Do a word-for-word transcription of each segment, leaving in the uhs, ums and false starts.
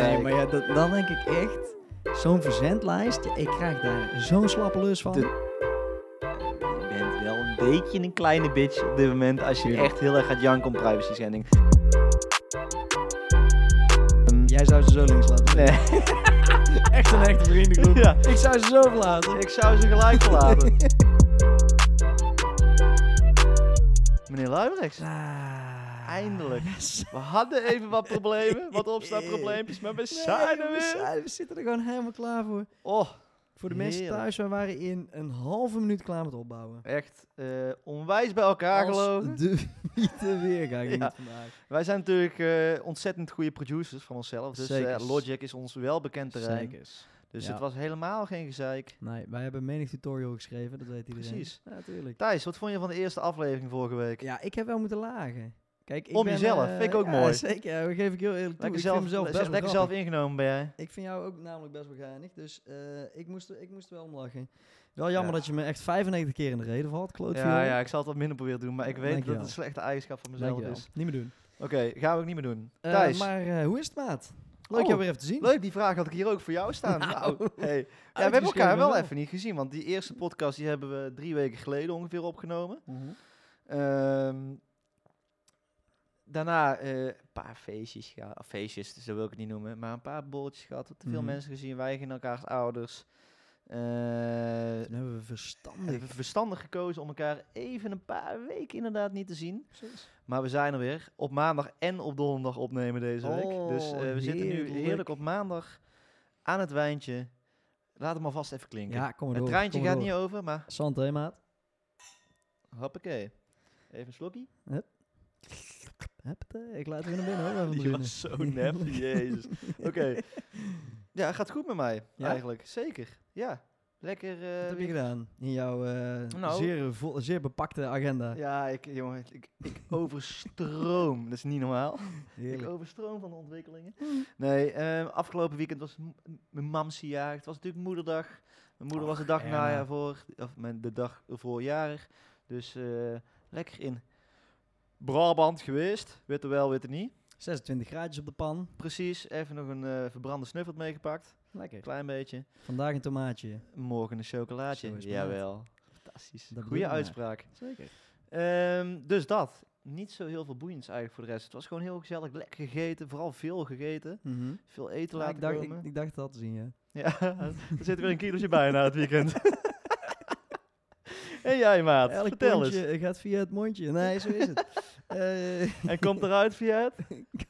Nee, maar ja, dat, dan denk ik echt, zo'n verzendlijst, ik krijg daar zo'n slappe lus van. De- Je bent wel een beetje een kleine bitch op dit moment als je Tuurlijk. echt heel erg gaat janken om privacy schending. Um, Jij zou ze zo links laten. nee. Echt een echte vriendengroep. Ja. Ik zou ze zo verlaten. Ik zou ze gelijk verlaten. Meneer Luijbrechts, Ah, eindelijk. yes. We hadden even wat problemen, wat opstartprobleempjes, maar we zijn er Nee, we, weer. zijn- we zitten er gewoon helemaal klaar voor. Oh, Voor de mensen heerlijk. thuis, wij waren in een halve minuut klaar met opbouwen. Echt uh, onwijs bij elkaar Als gelogen. de witte weergang Ja. ja. vandaag. Wij zijn natuurlijk uh, ontzettend goede producers van onszelf, dus uh, Zekers. Logic is ons wel bekend terrein. Zekers. Dus Ja. het was helemaal geen gezeik. Nee, wij hebben menig tutorial geschreven, dat weet iedereen. Precies. Ja, natuurlijk. Thijs, wat vond je van de eerste aflevering vorige week? Ja, ik heb wel moeten lagen. Kijk, ik Om ben, jezelf, eh, vind ik ook ja, mooi. Zeker, ja, dat geef ik heel eerlijk toe. Lekker, Ik zelf, vind mezelf best wel lekker zelf grappig. ingenomen ben jij. Ik vind jou ook namelijk best wel geinig, dus uh, ik, moest, er- ik moest er wel om lachen. Wel jammer Ja. dat je me echt vijfennegentig keer in de reden valt, klootviool. Ja, ja, ik zal het wat minder proberen te doen, maar ik Ja, weet dat dankjewel. het een slechte eigenschap van mezelf Dankjewel. is. Niet meer doen. Oké, gaan we ook niet meer doen. Uh, Thijs, maar uh, hoe is het, maat? Leuk Oh, jou weer even te zien. leuk, die vraag had ik hier ook voor jou staan. Nou, Nou, hey. Ja, we hebben uitgeschreven elkaar wel wel. even niet gezien, want die eerste podcast die hebben we drie weken geleden ongeveer opgenomen. Mm-hmm. Ehm, daarna eh, een paar feestjes gehad, of feestjes, zo wil ik het niet noemen, maar een paar bolletjes gehad, te veel Mhm. mensen gezien, wij gingen elkaars ouders. Eh, Toen hebben we verstandig. hebben we verstandig gekozen om elkaar even een paar weken inderdaad niet te zien. Precies. Maar we zijn er weer. Op maandag en op donderdag opnemen deze week. Oh, Dus uh, we zitten nu heerlijk. heerlijk op maandag aan het wijntje. Laat hem alvast even klinken. Ja, kom maar het door. treintje kom maar gaat door. niet over, maar Santé, maat. hoppakee. Even een slokkie. Huppatee, ik laat weer naar binnen hoor. Even Die drinnen. was zo nep, jezus. Oké. Okay. Ja, het gaat goed met mij, Ja? eigenlijk. Zeker. Ja. Lekker. Uh, Wat heb je gedaan in jouw uh, Nou. zeer, vol, zeer bepakte agenda? Ja, ik, jongen, ik, ik overstroom. Dat is niet normaal. Heerlijk. Ik overstroom van de ontwikkelingen. Nee, uh, afgelopen weekend was m- mijn mamsie jarig. Het was natuurlijk moederdag. Mijn moeder Och, was de dag ja. najaar voor, of mijn, de dag voor jarig. Dus uh, lekker in Brabant geweest. Weet er wel, weet er niet. zesentwintig graadjes op de pan. Precies, even nog een uh, verbrande snuffert meegepakt. Lekker. Klein beetje. Vandaag een tomaatje. Morgen een chocolaatje. Zo is het. Jawel. Fantastisch. Dat Goeie bedoel ik uitspraak. Zeker. Um, dus dat. Niet zo heel veel boeiends eigenlijk voor de rest. Het was gewoon heel gezellig. Lekker gegeten. Vooral veel gegeten. Mm-hmm. Veel eten Ja, laten ik, dacht, komen. ik, ik dacht het al te zien, ja. Ja, er zit weer een kilootje bij na het weekend. En jij, maat? Elk Vertel pondje eens. gaat via het mondje. Nee, zo is het. uh, En komt eruit via het?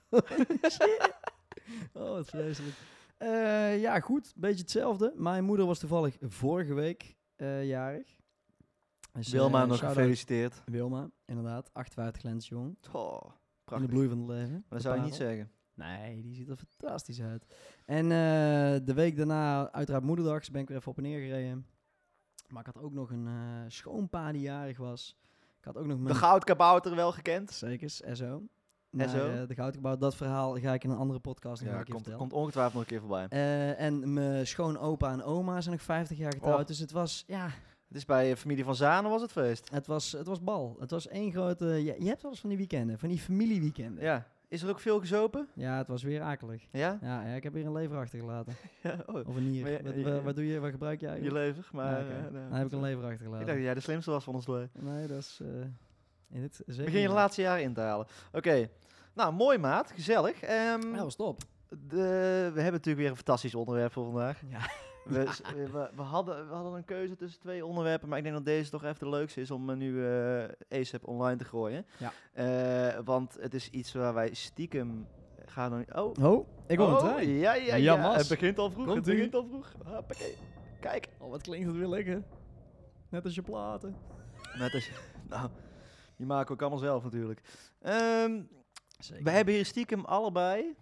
oh, wat vreselijk. Uh, ja, goed. Beetje hetzelfde. Mijn moeder was toevallig vorige week uh, jarig. Dus, Wilma uh, nog gefeliciteerd. Wilma, inderdaad. achtenvijftig lentes jong. Oh, in prachtig. de bloei van het leven. Maar dat zou je niet zeggen. Nee, die ziet er fantastisch uit. En uh, de week daarna, uiteraard moederdag, ben ik weer even op en neer gereden. Maar ik had ook nog een uh, schoonpa die jarig was. Ik had ook nog mijn... De goudkabouter wel gekend. Zeker, S O. En zo? Uh, de goudkabouter, dat verhaal ga ik in een andere podcast nog ja, een keer komt, vertellen. komt ongetwijfeld nog een keer voorbij. Uh, en mijn schoonopa en oma zijn nog vijftig jaar getrouwd. Oh. Dus het was, ja... Het is bij familie van Zanen was het feest. Het was, het was bal. Het was één grote... Je, je hebt wel eens van die weekenden, van die familieweekenden. Ja. Is er ook veel gezopen? Ja, het was weer akelig. Ja? Ja, ja ik heb weer een lever achtergelaten. Ja, oh. Of een nier. Je, wat, je, wat, wat doe je? Wat gebruik jij? Je lever, maar... Ja, okay. uh, nou, Dan heb ik een lever achtergelaten. Ik dacht dat jij de slimste was van ons twee. Nee, dat is... Uh, in het, zeker Begin je de laatste jaren in te halen. Oké. Okay. Nou, mooi maat. Gezellig. Um, ja, was top. De, we hebben natuurlijk weer een fantastisch onderwerp voor vandaag. Ja. We, we, we, hadden, we hadden een keuze tussen twee onderwerpen, maar ik denk dat deze toch even de leukste is om uh, nu uh, ASAP online te gooien. Ja. Uh, want het is iets waar wij stiekem gaan... Nog oh. oh, ik hoor oh, een trein. Ja, ja, ja. ja Het begint al vroeg. Komt het begint al vroeg. Hoppakee. Kijk. Oh, wat klinkt het weer lekker. Net als je platen. Net als je... Nou, die maken we ook allemaal zelf natuurlijk. Um, Zeker. We hebben hier stiekem allebei...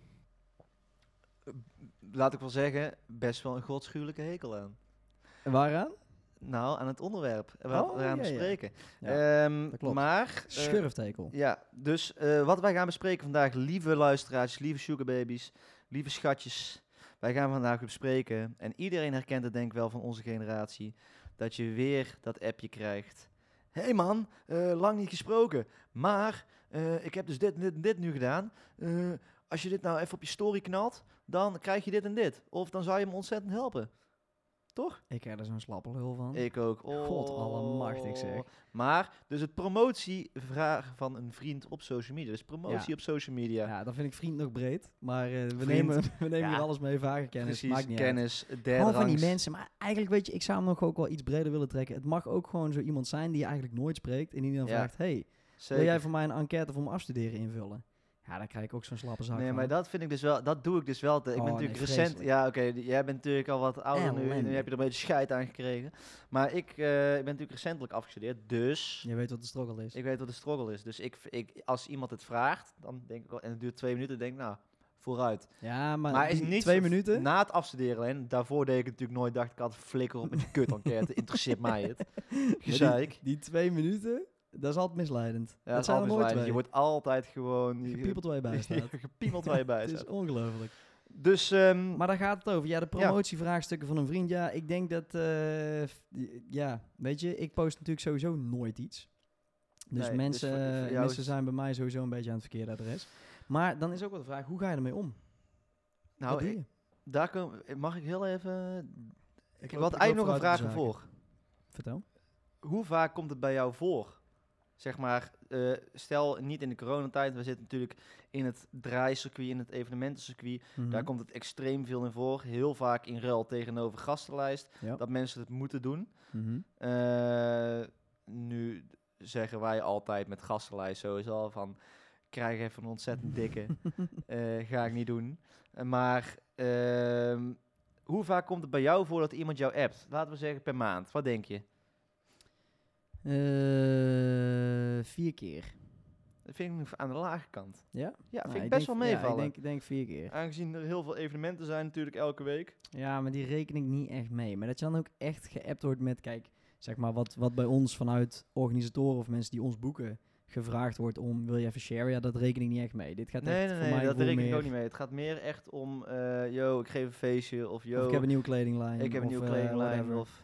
Laat ik wel zeggen, best wel een godschuwelijke hekel aan. En waaraan? Nou, aan het onderwerp waar oh, we gaan ja, bespreken. Ja. Um, dat klopt. Maar... Uh, Schurftekel. Ja, dus uh, wat wij gaan bespreken vandaag, lieve luisteraars, lieve sugarbabies, lieve schatjes. Wij gaan vandaag bespreken, en iedereen herkent het denk ik wel van onze generatie, dat je weer dat appje krijgt. Hé hey man, uh, lang niet gesproken, maar uh, ik heb dus dit, dit, dit nu gedaan. Uh, als je dit nou even op je story knalt, dan krijg je dit en dit. Of dan zou je me ontzettend helpen. Toch? Ik krijg er zo'n slappe lul van. Ik ook. Oh. God allemachtig zeg. Maar, dus het promotievragen van een vriend op social media. Dus promotie Ja. op social media. Ja, dan vind ik vriend nog breed. Maar uh, we Vriend. nemen, we nemen Ja. hier alles mee. Vage kennis. Precies, Maakt niet kennis, uit. derde Gewoon van die rangs. mensen. Maar eigenlijk weet je, ik zou hem nog ook wel iets breder willen trekken. Het mag ook gewoon zo iemand zijn die je eigenlijk nooit spreekt. En die dan Ja. vraagt, hey, Zeker. wil jij voor mij een enquête voor mijn afstuderen invullen? Ja, dan krijg ik ook zo'n slappe zak Nee, van. maar dat vind ik dus wel, dat doe ik dus wel. te- Ik Oh, ben nee, natuurlijk recent, vreselijk. ja oké, d- jij bent natuurlijk al wat ouder nu, Ellende. nu heb je er een beetje scheid aan gekregen. Maar ik, eh, ik ben natuurlijk recentelijk afgestudeerd, dus Je weet wat de struggle is. ik weet wat de struggle is. Dus ik, ik, als iemand het vraagt, dan denk ik wel, en het duurt twee minuten, denk ik nou, vooruit. Ja, maar, Maar is die niet twee zo- minuten? Na het afstuderen alleen, daarvoor deed ik het natuurlijk nooit, dacht ik had flikker op met je kut enquête, interesseert mij het. Gezeik. Die twee minuten, dat is altijd misleidend. Ja, dat zijn er nooit altijd. twee. Je wordt altijd gewoon gepiepeld waar je bij staat. gepiemeld waar je bij Het is staat. ongelooflijk. Dus, ehm, Maar daar gaat het over. Ja, de promotievraagstukken van een vriend. Ja, ik denk dat... eh, f- ja, weet je, ik post natuurlijk sowieso nooit iets. Dus Nee, mensen, dus voor- voor eh, jou mensen is- zijn bij mij sowieso een beetje aan het verkeerde adres. Maar dan is ook wel de vraag, hoe ga je ermee om? Wat nou, doe ik- je? daar kom, mag ik heel even... Ik loop- had ik eigenlijk loop nog een vraag vooruit op de ervoor. Vertel. Hoe vaak komt het bij jou voor? Zeg maar, eh, stel niet in de coronatijd, we zitten natuurlijk in het draaicircuit, in het evenementencircuit. Mhm. Daar komt het extreem veel in voor. Heel vaak in ruil tegenover gastenlijst, Ja. dat mensen het moeten doen. Mhm. Eh, nu zeggen wij altijd met gastenlijst sowieso al van, krijg even een ontzettend dikke, eh, ga ik niet doen. Eh, maar ehm, hoe vaak komt het bij jou voor dat iemand jou appt? Laten we zeggen per maand. Wat denk je? Eh, vier keer. Dat vind ik nog aan de lage kant. Ja? Ja, vind Nou, ik best denk- wel meevallen. Ja, ik denk, denk vier keer. Aangezien er heel veel evenementen zijn natuurlijk elke week. Ja, maar die reken ik niet echt mee. Maar dat je dan ook echt geappt wordt met, kijk, zeg maar, wat, wat bij ons vanuit organisatoren of mensen die ons boeken gevraagd wordt om, wil je even share? Ja, dat reken ik niet echt mee. Dit gaat Nee, echt nee, voor nee, mij dat voor reken ik meer, ook niet mee. Het gaat meer echt om, eh yo, ik geef een feestje. Of yo, Of ik heb een nieuwe kledinglijn. ik heb een of, nieuwe eh, kledinglijn. whatever. Of,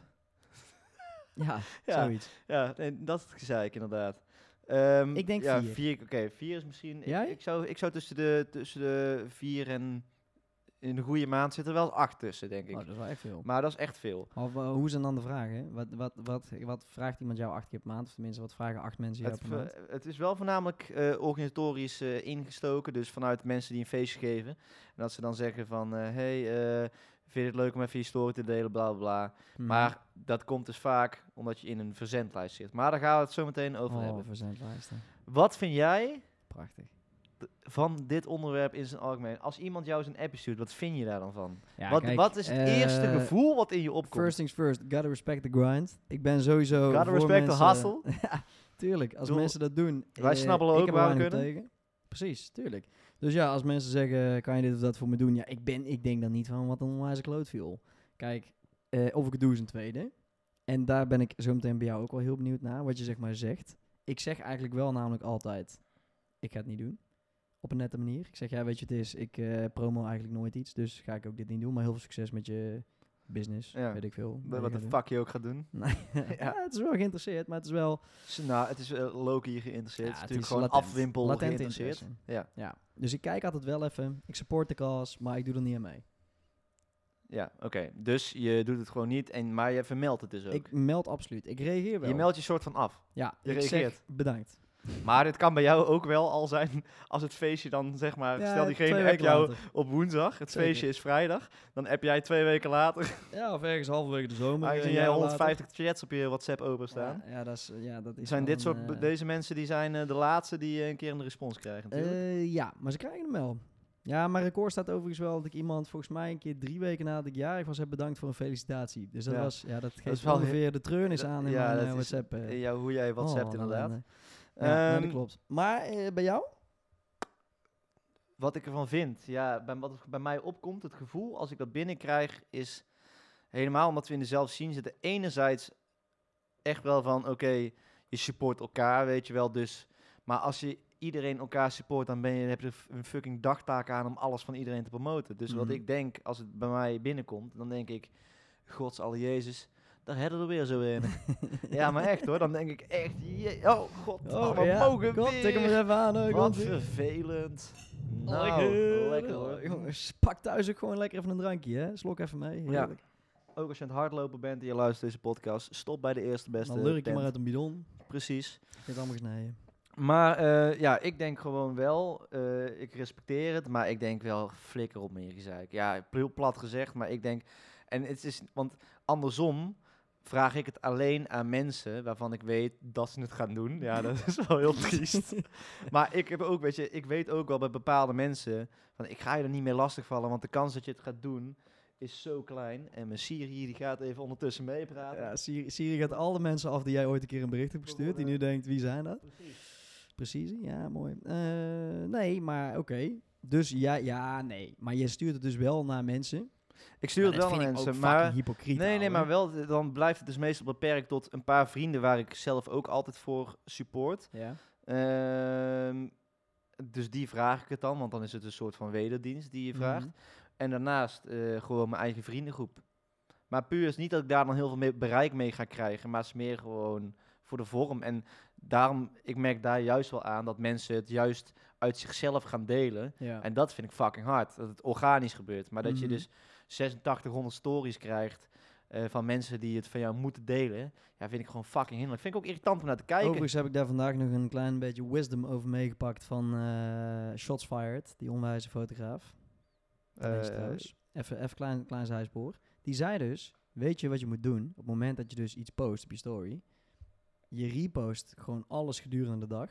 Ja, Ja. zoiets. ja, nee, dat is het gezeik inderdaad. Ehm, Ik denk ja, vier. vier Oké, vier is misschien... Ik, Jij? ik, zou, ik zou tussen de, tussen de vier en... In een goede maand zit er wel acht tussen, denk ik. Oh, dat is wel echt veel. Maar dat is echt veel. Of, eh, hoe zijn dan de vragen? Wat, wat, wat, wat vraagt iemand jou acht keer per maand? Of tenminste, wat vragen acht mensen jou Het, per maand? ver- het is wel voornamelijk eh, organisatorisch eh, ingestoken. Dus vanuit mensen die een feestje geven. En dat ze dan zeggen van... eh, hey, eh, vind je het leuk om even je story te delen? Bla, bla, bla. Mhm. Maar dat komt dus vaak omdat je in een verzendlijst zit. Maar daar gaan we het zo meteen over Oh, hebben. verzendlijsten. Wat vind jij Prachtig. d- van dit onderwerp in zijn algemeen? Als iemand jou zijn appje stuurt, wat vind je daar dan van? Ja, wat, kijk, wat is het eh, eerste gevoel wat in je opkomt? First things first, gotta respect the grind. Ik ben sowieso Gotta voor respect the mensen- hustle. ja, tuurlijk. Als Bedoel, mensen dat doen. wij eh, snabbelen ik ook heb er waar we weinig kunnen. tegen. Precies, tuurlijk. Dus ja, als mensen zeggen, kan je dit of dat voor me doen? Ja, ik, ben, ik denk dan niet van wat een onwijze kloot viel. Kijk, eh, of ik het doe is een tweede. En daar ben ik zo meteen bij jou ook wel heel benieuwd naar, wat je zeg maar zegt. Ik zeg eigenlijk wel namelijk altijd, ik ga het niet doen. Op een nette manier. Ik zeg, ja, weet je wat het is, ik eh, promo eigenlijk nooit iets, dus ga ik ook dit niet doen. Maar heel veel succes met je business, Ja. weet ik veel. Wat je de gaat doen. fuck je ook gaat doen. Nee, ja, het is wel geïnteresseerd, maar het is wel... S- Nou, het is uh, Loki geïnteresseerd. Ja, het is het natuurlijk is gewoon latent. afwimpel Latente geïnteresseerd. interesse. Ja. Ja, dus ik kijk altijd wel even. Ik support de cause, maar ik doe er niet aan mee. Ja, oké. Dus je doet het gewoon niet, en, maar je vermeldt het dus ook. Ik meld absoluut. Ik reageer wel. je meldt je soort van af. Ja, je ik reageert. zeg bedankt. Maar dit kan bij jou ook wel al zijn als het feestje dan, zeg maar, Ja, stel diegene twee app weken jou later. op woensdag, het Zeker. feestje is vrijdag, dan app jij twee weken later, Ja, of ergens halverwege de zomer. aangezien een jij jaar honderdvijftig chats op je WhatsApp openstaan. later. Ja, ja, dat is, ja, dat is Zijn wel dit soort, een, be- eh, deze mensen die zijn eh, de laatste die eh, een keer een respons krijgen natuurlijk. eh, ja, maar ze krijgen hem wel. Ja, mijn record staat overigens wel dat ik iemand volgens mij een keer drie weken nadat ik jarig was heb bedankt voor een felicitatie. Dus dat Ja. was, ja, dat geeft is wel ongeveer de treurnis dat- aan in ja, mijn dat eh, is- WhatsApp. eh. Eh, jou, hoe jij WhatsApp Oh, inderdaad. ellende. Ja, nee, dat Ehm, klopt. Maar eh, bij jou? Wat ik ervan vind, ja, bij, wat er bij mij opkomt, het gevoel als ik dat binnenkrijg, is helemaal omdat we in dezelfde scene zitten. Enerzijds echt wel van, oké, je support elkaar, weet je wel, dus. Maar als je iedereen elkaar support, dan ben je, heb je een fucking dagtaak aan om alles van iedereen te promoten. Dus wat Mhm. ik denk, als het bij mij binnenkomt, dan denk ik, Gods alle Jezus, daar hadden we weer zo in. Ja, maar echt hoor, dan denk ik echt, je, oh god, Oh, we ja. mogen God, weer. tik hem er even aan. hoor. Wat Komt-ie. vervelend. Nou, lekker. lekker hoor. Jongens, pak thuis ook gewoon lekker even een drankje, hè. Slok even mee. Ja. Heerlijk. Ook als je aan het hardlopen bent en je luistert deze podcast, stop bij de eerste beste Dan lurk je tent. maar uit een bidon. Precies. Je hebt allemaal gesneden. Maar eh, ja, ik denk gewoon wel, eh, ik respecteer het, maar ik denk wel, flikker op meer gezeik. Ja, heel plat gezegd, maar ik denk, en het is, want andersom vraag ik het alleen aan mensen waarvan ik weet dat ze het gaan doen. Ja, dat is wel heel triest. Maar ik heb ook, weet je, ik weet ook wel bij bepaalde mensen, van ik ga je er niet mee lastigvallen, want de kans dat je het gaat doen is zo klein. En mijn Siri die gaat even ondertussen meepraten. Ja, Siri, Siri gaat alle mensen af die jij ooit een keer een bericht hebt gestuurd. Die nu denkt, wie zijn dat? Precies. Precies, ja, mooi. Eh, nee, maar oké. Dus ja, ja, nee. Maar je stuurt het dus wel naar mensen. Ik stuur Maar het wel dat naar vind ik mensen, ook maar... fucking hypocriet, Nee, nee, ouwe. maar wel, eh, dan blijft het dus meestal beperkt tot een paar vrienden waar ik zelf ook altijd voor support. Ja. Ehm, dus die vraag ik het dan, want dan is het een soort van wederdienst die je vraagt. Mhm. En daarnaast eh, gewoon mijn eigen vriendengroep. Maar puur is niet dat ik daar dan heel veel mee, bereik mee ga krijgen, maar het is meer gewoon voor de vorm. En daarom, ik merk daar juist wel aan dat mensen het juist uit zichzelf gaan delen. Ja. En dat vind ik fucking hard, dat het organisch gebeurt. Maar dat je Mhm. dus zesentachtighonderd stories krijgt eh, van mensen die het van jou moeten delen, ja, vind ik gewoon fucking hinderlijk. Vind ik ook irritant om naar te kijken. Overigens heb ik daar vandaag nog een klein beetje wisdom over meegepakt van eh, Shots Fired, die onwijze fotograaf. Talentje Eh, trouwens. Even, even klein, klein zijspoor. Die zei dus, weet je wat je moet doen? Op het moment dat je dus iets post op je story, je repost gewoon alles gedurende de dag,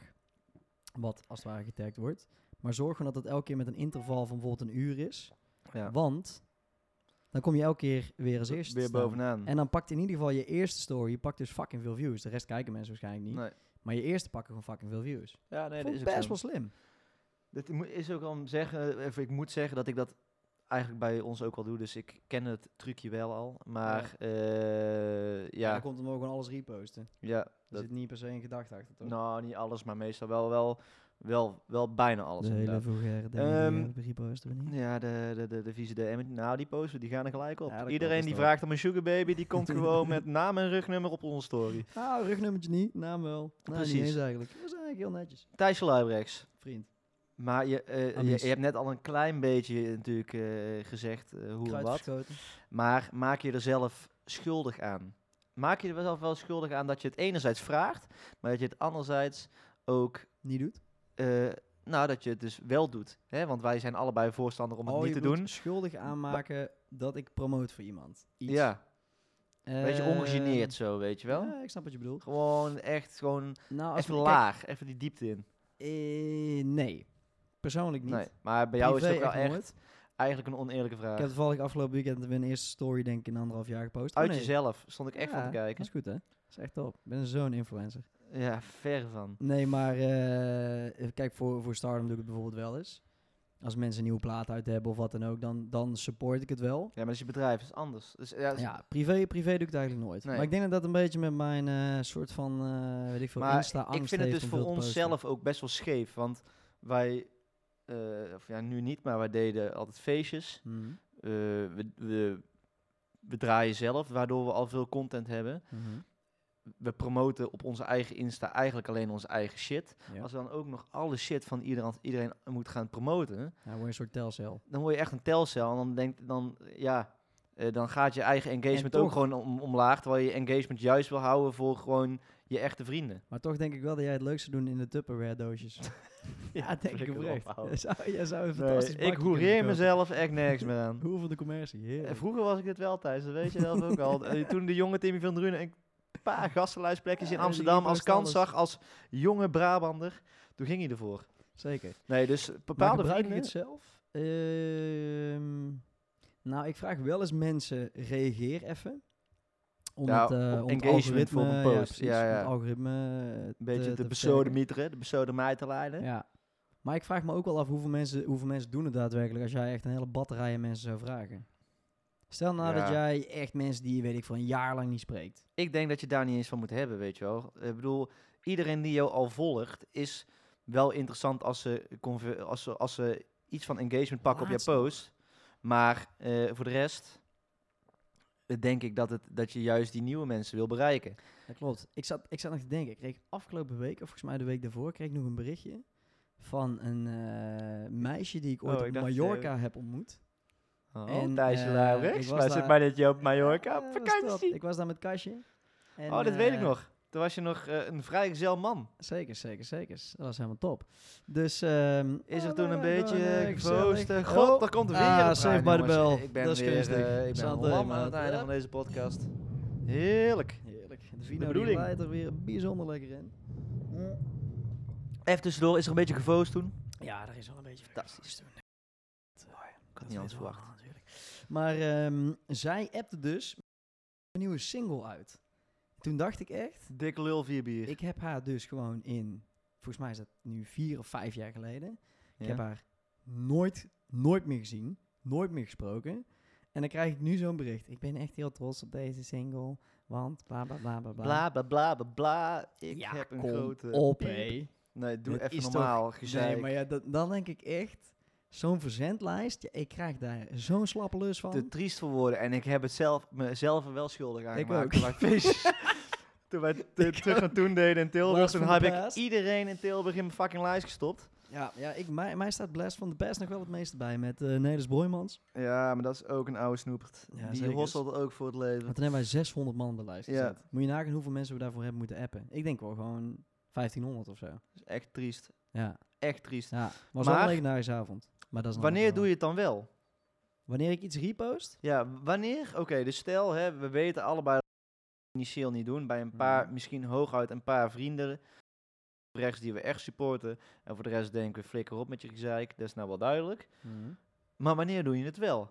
wat als het ware getagd wordt. Maar zorg gewoon dat het elke keer met een interval van bijvoorbeeld een uur is. ja. Want dan kom je elke keer weer als eerste te Weer staan. bovenaan. En dan pakt in ieder geval je eerste story, je pakt dus fucking veel views. De rest kijken mensen waarschijnlijk niet. Nee. Maar je eerste pakken gewoon fucking veel views. Ja, nee, Vond dat ik is ook best zo. wel slim. Dit mo- is ook al zeggen, of ik moet zeggen dat ik dat eigenlijk bij ons ook al doe, dus ik ken het trucje wel al. Maar ja, Ja, ja, dan komt hem ook gewoon alles reposten. ja Er dat, zit niet per se een gedachte achter, toch? nou niet alles, maar meestal wel, wel, wel, wel bijna alles. de hele inderdaad. vulgaire dingen Ehm, die we reposten we niet. Ja, de, de, de, de vieze D M, nou die posten, die gaan er gelijk op. Ja, dat Iedereen klopt, die is vraagt om een sugar baby, die komt gewoon met naam en rugnummer op onze story. Nou, rugnummertje niet, naam wel. Nee, Precies. niet eens eigenlijk. Dat is eigenlijk heel netjes. Thijsje Luibrechts. Vriend. Maar je, eh, je, Amies. je hebt net al een klein beetje natuurlijk eh, gezegd eh, hoe en Kruid wat. verschoten. Maar maak je er zelf schuldig aan? Maak je er zelf wel schuldig aan dat je het enerzijds vraagt, maar dat je het anderzijds ook, Niet doet. eh, nou dat je het dus wel doet. Hè? Want wij zijn allebei voorstander om het Oh, niet je te bedoelt doen. schuldig aanmaken dat ik promote voor iemand. Iets. Ja, beetje Ehm, ongegeneerd zo, weet je wel. Ja, ik snap wat je bedoelt. Gewoon echt, gewoon Nou, als even we- laag, even die diepte in. kijk, eh, nee. Persoonlijk niet. Nee, maar bij jou is het Privé ook wel echt nooit. eigenlijk een oneerlijke vraag. Ik heb toevallig afgelopen weekend weer een eerste story denk ik in anderhalf jaar gepost. Uit Oh, nee. jezelf stond ik echt Ja, van te kijken. Dat is goed hè. Dat is echt top. Ik ben zo'n influencer. Ja, ver van. Nee, maar eh, kijk, voor, voor Stardom doe ik het bijvoorbeeld wel eens. Als mensen een nieuwe plaat uit hebben of wat dan ook, dan, dan support ik het wel. Ja, maar dat is je bedrijf, dat is anders. Dus, ja, dat is- Ja, privé, privé doe ik het eigenlijk nooit. Nee. Maar ik denk dat dat een beetje met mijn eh, soort van, eh weet ik veel, maar Insta-angst ik vind het heeft dus om voor veel te posten. onszelf ook best wel scheef. Want wij, eh, of ja, nu niet, maar wij deden altijd feestjes. Mhm, Eh, we, we, we draaien zelf, waardoor we al veel content hebben. mhm. We promoten op onze eigen Insta eigenlijk alleen onze eigen shit. Ja. Als we dan ook nog alle shit van iedereen, iedereen moet gaan promoten, Nou, word je een soort telcel. dan word je echt een telcel. En dan denkt dan, ja, eh, dan gaat je eigen engagement En ook toch- gewoon om, omlaag. Terwijl je engagement juist wil houden voor gewoon je echte vrienden. Maar toch denk ik wel dat jij het leukste doet in de Tupperware doosjes. ja, denk ik flikker oprecht. op, ouwe. Jij zou, jij zou een Nee, fantastisch ik bakje kunnen hoereer verkopen. mezelf echt nergens meer aan. Hoe van de commercie, En heerlijk. vroeger was ik dit wel thuis, dat weet je zelf ook al. Eh, Toen de jonge Timmy van Drunen een paar gastenlijstplekjes Ja, in die Amsterdam als post kans alles. zag als jonge Brabander, toen ging hij ervoor. Zeker. Nee, dus Maar bepaalde gebruik ik vrienden... het zelf? Ehm, nou, ik vraag wel eens mensen, reageer even. Om Ja, het, eh, op om het engagement voor algoritme, een post. Ja, precies, Ja, om ja. het algoritme eh, Een beetje te- de te besodemieter, de besodemij te leiden. versterken. Ja. Maar ik vraag me ook wel af hoeveel mensen, hoeveel mensen doen het daadwerkelijk als jij echt een hele batterij aan mensen zou vragen. Stel nou Ja. dat jij echt mensen die je, weet ik, voor een jaar lang niet spreekt. Ik denk dat je daar niet eens van moet hebben, weet je wel. Ik bedoel, iedereen die jou al volgt, is wel interessant als ze, conver- als ze, als ze iets van engagement pakken op Laatst je nog. post. Maar eh, voor de rest, denk ik dat, het, dat je juist die nieuwe mensen wil bereiken. Dat klopt. Ik zat, ik zat nog te denken. Ik kreeg afgelopen week, of volgens mij de week daarvoor, kreeg ik nog een berichtje van een uh, meisje die ik ooit Oh, op ik dacht, Mallorca uh, heb ontmoet. Oh, En, Thijsje eh, Lauwrechts. ik was Wij daar- zitten bij dit op Mallorca op Ja, was vakantie. top. Ik was daar met Kasje. En, oh, dat weet ik eh, nog. Toen was je nog uh, een vrijgezel man. Zeker, zeker, zeker. Dat was helemaal top. Dus um, Is er oh, toen een ja, beetje gewoon, uh, gevoost? gezellig. God, Oh, daar komt er weer ah, een Saved trein, by the jongens. Bell. Ik ben Dat is weer, gunstig. uh, ik ben Zat lam erin, aan het maat. einde Ja. van deze podcast. Heerlijk. Heerlijk. De De Vino bedoeling. die leidt er weer bijzonder lekker in. Even tussendoor, is er een beetje gevoost toen? Ja, daar is wel een beetje Fantastisch. toen. Ik had niet anders verwacht. Natuurlijk. Maar um, zij appte dus een nieuwe single uit. Toen dacht ik echt, Dikke lul, vier bier. ik heb haar dus gewoon in, volgens mij is dat nu vier of vijf jaar geleden. Ik Ja. heb haar nooit, nooit meer gezien, nooit meer gesproken. En dan krijg ik nu zo'n bericht. Ik ben echt heel trots op deze single, want bla bla bla bla bla. Bla bla bla bla bla. Ik ja, heb een kom grote... op, piep. hé. Nee, doe Het even is normaal. toch- Gezeik. Nee, maar ja, dat, dan denk ik echt, zo'n verzendlijst, ja, ik krijg daar zo'n slappe lus van. Te triest voor woorden. En ik heb het zelf, mezelf er wel schuldig aan Ik gemaakt. ook. Toen wij feestjes... toen wij te- Ik terug ook. aan toen deden in Tilburg. Blast Toen from heb the ik past. iedereen in Tilburg in mijn fucking lijst gestopt. Ja, ja ik, mij, mij staat Blast van de Past nog wel het meeste bij met uh, Nelis Boymans. Ja, maar dat is ook een oude snoepert. Ja, Die zeker. hostelt ook voor het leven. Want toen hebben wij zeshonderd man op de lijst Ja. gezet. Moet je nagaan hoeveel mensen we daarvoor hebben moeten appen. Ik denk wel gewoon vijftienhonderd of zo. Dat is echt triest. Ja, Echt triest. ja. Was wel Maar- een legendarische avond. Maar dat is een Wanneer ander doe je verhaal. het dan wel? Wanneer ik iets repost? Ja, wanneer? Oké, dus stel, hè, we weten allebei dat we het initieel niet doen. Bij een paar, Mhm. misschien hooguit een paar vrienden rechts die we echt supporten. En voor de rest denken we, flikker op met je gezeik. Dat is nou wel duidelijk. Maar wanneer doe je het wel?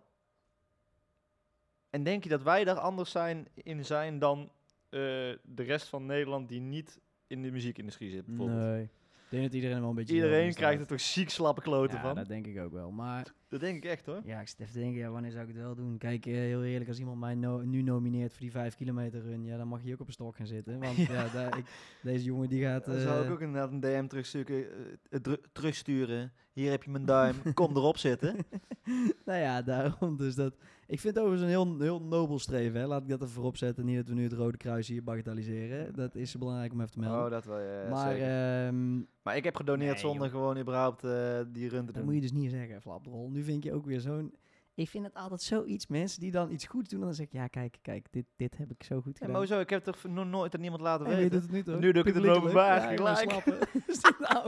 En denk je dat wij daar anders zijn in zijn dan uh, de rest van Nederland die niet in de muziekindustrie zit, bijvoorbeeld? Nee. Ik denk dat iedereen er wel een beetje... Iedereen zelf in krijgt er staat. toch ziek slappe kloten Ja, van? dat denk ik ook wel. Maar Dat denk ik echt hoor. ja, ik zit even te denken, ja, wanneer zou ik het wel doen? Kijk, eh, heel eerlijk, als iemand mij no- nu nomineert voor die vijf kilometer run, ja, dan mag je ook op een stok gaan zitten. Want Ja. ja, daar, ik, deze jongen die gaat... Dan zou ik eh, ook inderdaad een D M terugsturen, uh, dru- terugsturen. Hier heb je mijn duim, kom erop zitten. nou ja, daarom dus dat... Ik vind het overigens een heel, heel nobel streven, hè. Laat ik dat even voorop zetten. Niet dat we nu het Rode Kruis hier bagatelliseren. Dat is belangrijk om even te melden. Oh, dat wel, ja, maar zeker. ehm, Maar ik heb gedoneerd nee, zonder joh. gewoon überhaupt uh, die run te dat doen. moet je dus niet zeggen, Flapdrol. Nu vind je ook weer zo'n... Ik vind het altijd zoiets, mensen die dan iets goeds doen, en dan zeg ik, ja, kijk, kijk, dit, dit heb ik zo goed Ja, gedaan. maar zo, ik heb het toch nog nooit aan niemand laten En je weten. doet het nu toch? Nu doe ik het in Publiekelijk. openbaar, Ja, jongens, gelijk. slappen. Is dit nou?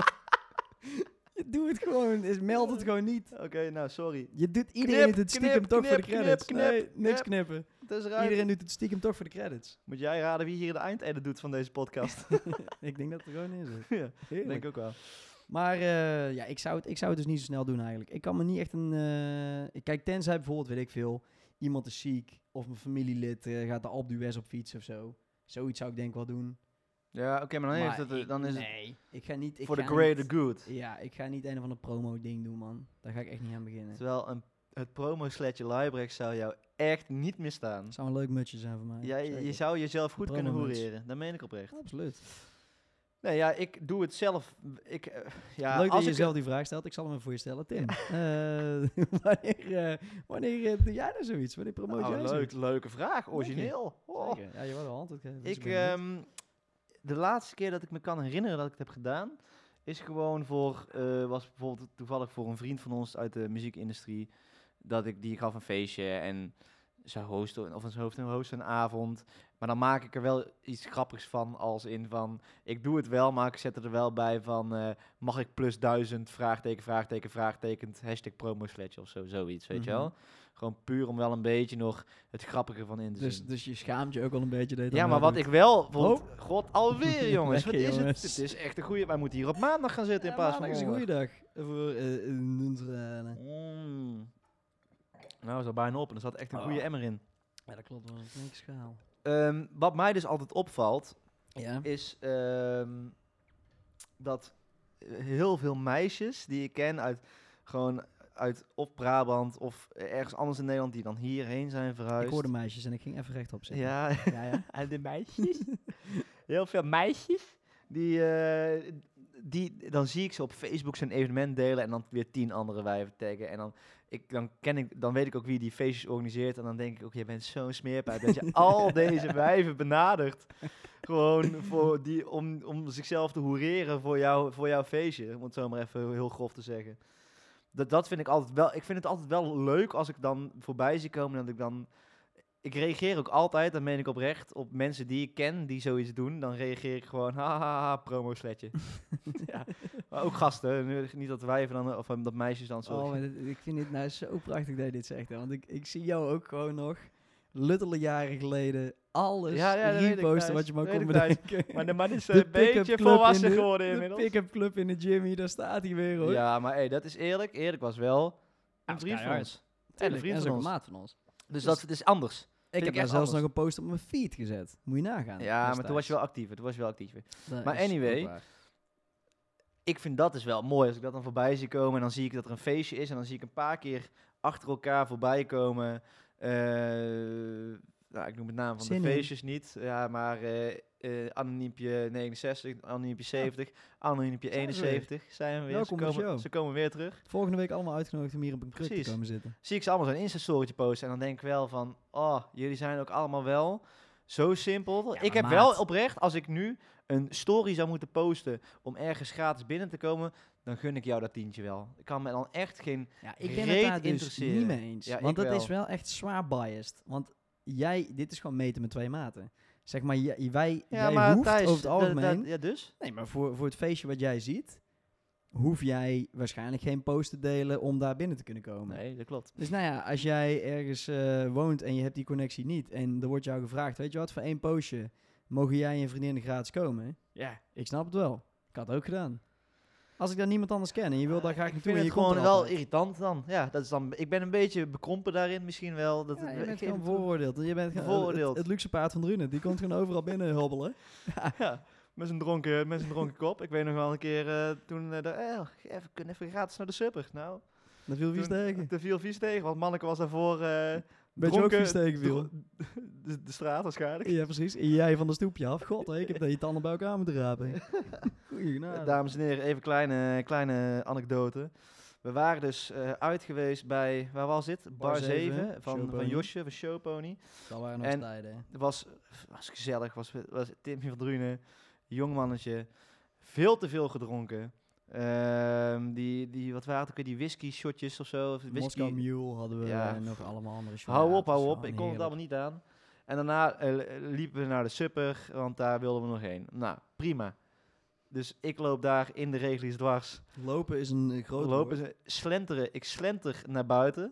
Je doet het gewoon, is, meld het gewoon niet. Oké, okay, nou, sorry. Je doet, iedereen Knip, doet het stiekem knip, toch voor de knip, credits. knip, Nee, knip, niks knip. knippen. Het is eruit. Iedereen doet het stiekem toch voor de credits. Moet jij raden wie hier de eindedit doet van deze podcast? Ik denk dat het er gewoon is. ja, Heerlijk. denk ik ook wel. Maar uh, ja, ik zou, het, ik zou het dus niet zo snel doen eigenlijk. Ik kan me niet echt een... Uh, kijk, tenzij bijvoorbeeld, weet ik veel, iemand is ziek of mijn familielid uh, gaat de Alpe d'Huez op fiets of zo. Zoiets zou ik denk wel doen. Ja, oké, okay, maar dan, maar heeft het, ik, dan is nee, het ik ga niet... voor de ga greater niet, good. Ja, ik ga niet een of ander promo-ding doen, man. Daar ga ik echt niet aan beginnen. Terwijl een, het promo-sletje Liebrecht zou jou echt niet misstaan. Het zou een leuk mutje zijn voor mij. Ja, je, je zou jezelf goed kunnen Promo-muts. hoereren. Dat meen ik oprecht. Absoluut. Nee, ja, ik doe het zelf. Ik, uh, ja, Leuk dat als je ik jezelf die vraag stelt. Ik zal hem even voor je stellen. Tim, uh, wanneer, uh, wanneer uh, doe jij nou zoiets? Wanneer promoot oh, jij leuk, zoiets? leuke vraag. Origineel. Oh. Zeker. Ja, je wil wel antwoord geven. dus Ik, ben benieuwd. um, de laatste keer dat ik me kan herinneren dat ik het heb gedaan, is gewoon voor, uh, was bijvoorbeeld toevallig voor een vriend van ons uit de muziekindustrie, dat ik, die gaf een feestje en ze hosten, of een host, hosten een avond. Maar dan maak ik er wel iets grappigs van, als in van, ik doe het wel, maar ik zet er wel bij van, uh, mag ik plus duizend, vraagteken, vraagteken, vraagteken, hashtag promosletje of zo, zoiets, weet Mhm. je wel. Gewoon puur om wel een beetje nog het grappige van in te Dus, zien. dus je schaamt je ook wel een beetje. Dat je Ja, dan maar wel wat doet. ik wel... bijvoorbeeld- Oh. God, alweer jongens. Wat Lekker, is jongens. het? Het is echt een goede... Wij moeten hier op maandag gaan zitten in Ja, plaats van maandag is een donderdag. goede dag. Voor uh, uh, onze, uh, Mm. Nou, is al bijna op en er zat echt een goede Oh. emmer in. Ja, dat klopt wel. Een flinke schaal. Um, wat mij dus altijd opvalt, Ja. is um, dat heel veel meisjes die ik ken uit gewoon uit of Brabant of ergens anders in Nederland die dan hierheen zijn verhuisd. Ik hoorde meisjes en ik ging even rechtop zitten. Ja, Ja, ja. en de meisjes. Heel veel meisjes die, uh, die, dan zie ik ze op Facebook zijn evenement delen en dan weer tien andere wijven taggen. En dan, ik, dan, ken ik, dan weet ik ook wie die feestjes organiseert. En dan denk ik ook, je bent zo'n smeerpijp dat je al deze wijven benadert. Gewoon voor die, om, om zichzelf te hoereren voor, jou, voor jouw feestje. Om het zo maar even heel grof te zeggen. Dat, dat vind ik altijd wel. Ik vind het altijd wel leuk als ik dan voorbij zie komen. Dat ik dan. Ik reageer ook altijd, dan meen ik oprecht, op mensen die ik ken die zoiets doen. Dan reageer ik gewoon, haha, promo-sletje. Ja, maar ook gasten. Nu, niet dat wijven dan, of dat meisjes dan, sorry. Oh, maar dit- ik vind dit nou zo prachtig dat je dit zegt. Hè? Want ik, ik zie jou ook gewoon nog, luttele jaren geleden, alles Ja, ja, dat weet ik, reposten Thijs. wat je maar Dat kon weet ik, Thijs. bedenken. Maar de man is De een pick-up beetje club volwassen in de- geworden De inmiddels. pick-up club in de gym hier, daar staat hij weer hoor. Ja, maar hey, dat is eerlijk. Eerlijk was wel een Ja, vriend van keihard. ons. En Tuurlijk, een vriend en van zo'n ons. maat van ons. Dus Dus- dat het is anders. Ik ik heb daar echt zelfs anders. nog een post op mijn feed gezet. Moet je nagaan. Ja, maar toen was destijds. je wel actiever. Toen was je wel actiever. Dat maar is ook anyway, waar. Ik vind dat dus wel mooi. Als ik dat dan voorbij zie komen en dan zie ik dat er een feestje is. En dan zie ik een paar keer achter elkaar voorbij komen. eh, nou, ik noem het naam van Zin de in. feestjes niet. Ja, maar eh eh Anoniempje negenenzestig, Anoniempje zeventig, Anoniempje Zijn ze weer. eenenzeventig zijn we weer. Welkom ze, bij de komen, show. ze komen weer terug. Volgende week allemaal uitgenodigd om hier op een kruk te Precies. komen zitten. Zie ik ze allemaal zo'n Insta-storytje posten. En dan denk ik wel van, oh, jullie zijn ook allemaal wel zo simpel. Ja, ik maar heb wel maat. oprecht, als ik nu een story zou moeten posten om ergens gratis binnen te komen, dan gun ik jou dat tientje wel. Ik kan me dan echt geen... Ja, ik ben Reet het daar dus interesseren. niet mee eens. Ja, want ik dat wel. is wel echt zwaar biased. Want jij, dit is gewoon meten met twee maten. Zeg maar, jij, wij, Ja, jij maar hoeft Thijs, over het dat- algemeen... dat- ja, dus? Nee, maar voor, voor het feestje wat jij ziet, hoef jij waarschijnlijk geen post te delen om daar binnen te kunnen komen. Nee, dat klopt. Dus nou ja, als jij ergens eh, woont en je hebt die connectie niet en er wordt jou gevraagd, weet je wat, voor één postje mogen jij en je vriendin gratis komen? Ja, ik snap het wel. Ik had het ook gedaan. Als ik daar niemand anders ken en je wil daar graag ik naartoe vind en het je komt gewoon er wel altijd. irritant dan. Ja, dat is dan. Ik ben een beetje bekrompen daarin misschien wel. Dat Ja, het- je ik bent geef gewoon het toe. bevooroordeeld. Je bent gewoon Bevooroordeeld. Het, het luxe paard van Drunen. Die komt gewoon overal binnen hobbelen. Ja, met zijn dronken, met zijn dronken kop. Ik weet nog wel een keer eh, toen... eh, de, eh, even, kunnen even gratis naar de supper. Nou, Dat viel vies toen- tegen. Er viel vies tegen, want manneke was daarvoor... eh Beetje ook dronken- vies tegen viel. de, de straat waarschijnlijk. Ja, precies. En jij van de stoepje af. God, hé, ik heb dat je tanden bij elkaar moeten rapen. Goeie Eh, genade. Dames en heren, even kleine, kleine anekdote. We waren dus eh, uit geweest bij, waar was dit? Bar zeven, zeven van, Showpony. van Josje, van Showpony. Dat waren nog En- tijden. hè. Het was, was gezellig, was, was Timpje van Drunen, jong mannetje, veel te veel gedronken. Ehm, die, die, wat waren het ook weer, die whisky shotjes of zo? Of whisky. Moscow Mule hadden we Ja. en nog allemaal andere shows. Hou Ja, op, het is hou op. gewoon Ik kon het heerlijk. allemaal niet aan. En daarna eh, liepen we naar de supper, want daar wilden we nog heen. Nou, prima. Dus ik loop daar in de regelies dwars. Lopen is een eh, groot Lopen woord. ze, slenteren. Ik slenter naar buiten.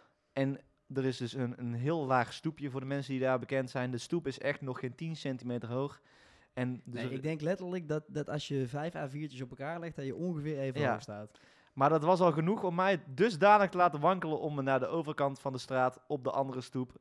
En er is dus een, een heel laag stoepje voor de mensen die daar bekend zijn. De stoep is echt nog geen tien centimeter hoog. En dus Nee, er- ik denk letterlijk dat, dat als je vijf A viertjes op elkaar legt, dat je ongeveer even Ja. hoog staat. Maar dat was al genoeg om mij dusdanig te laten wankelen om me naar de overkant van de straat op de andere stoep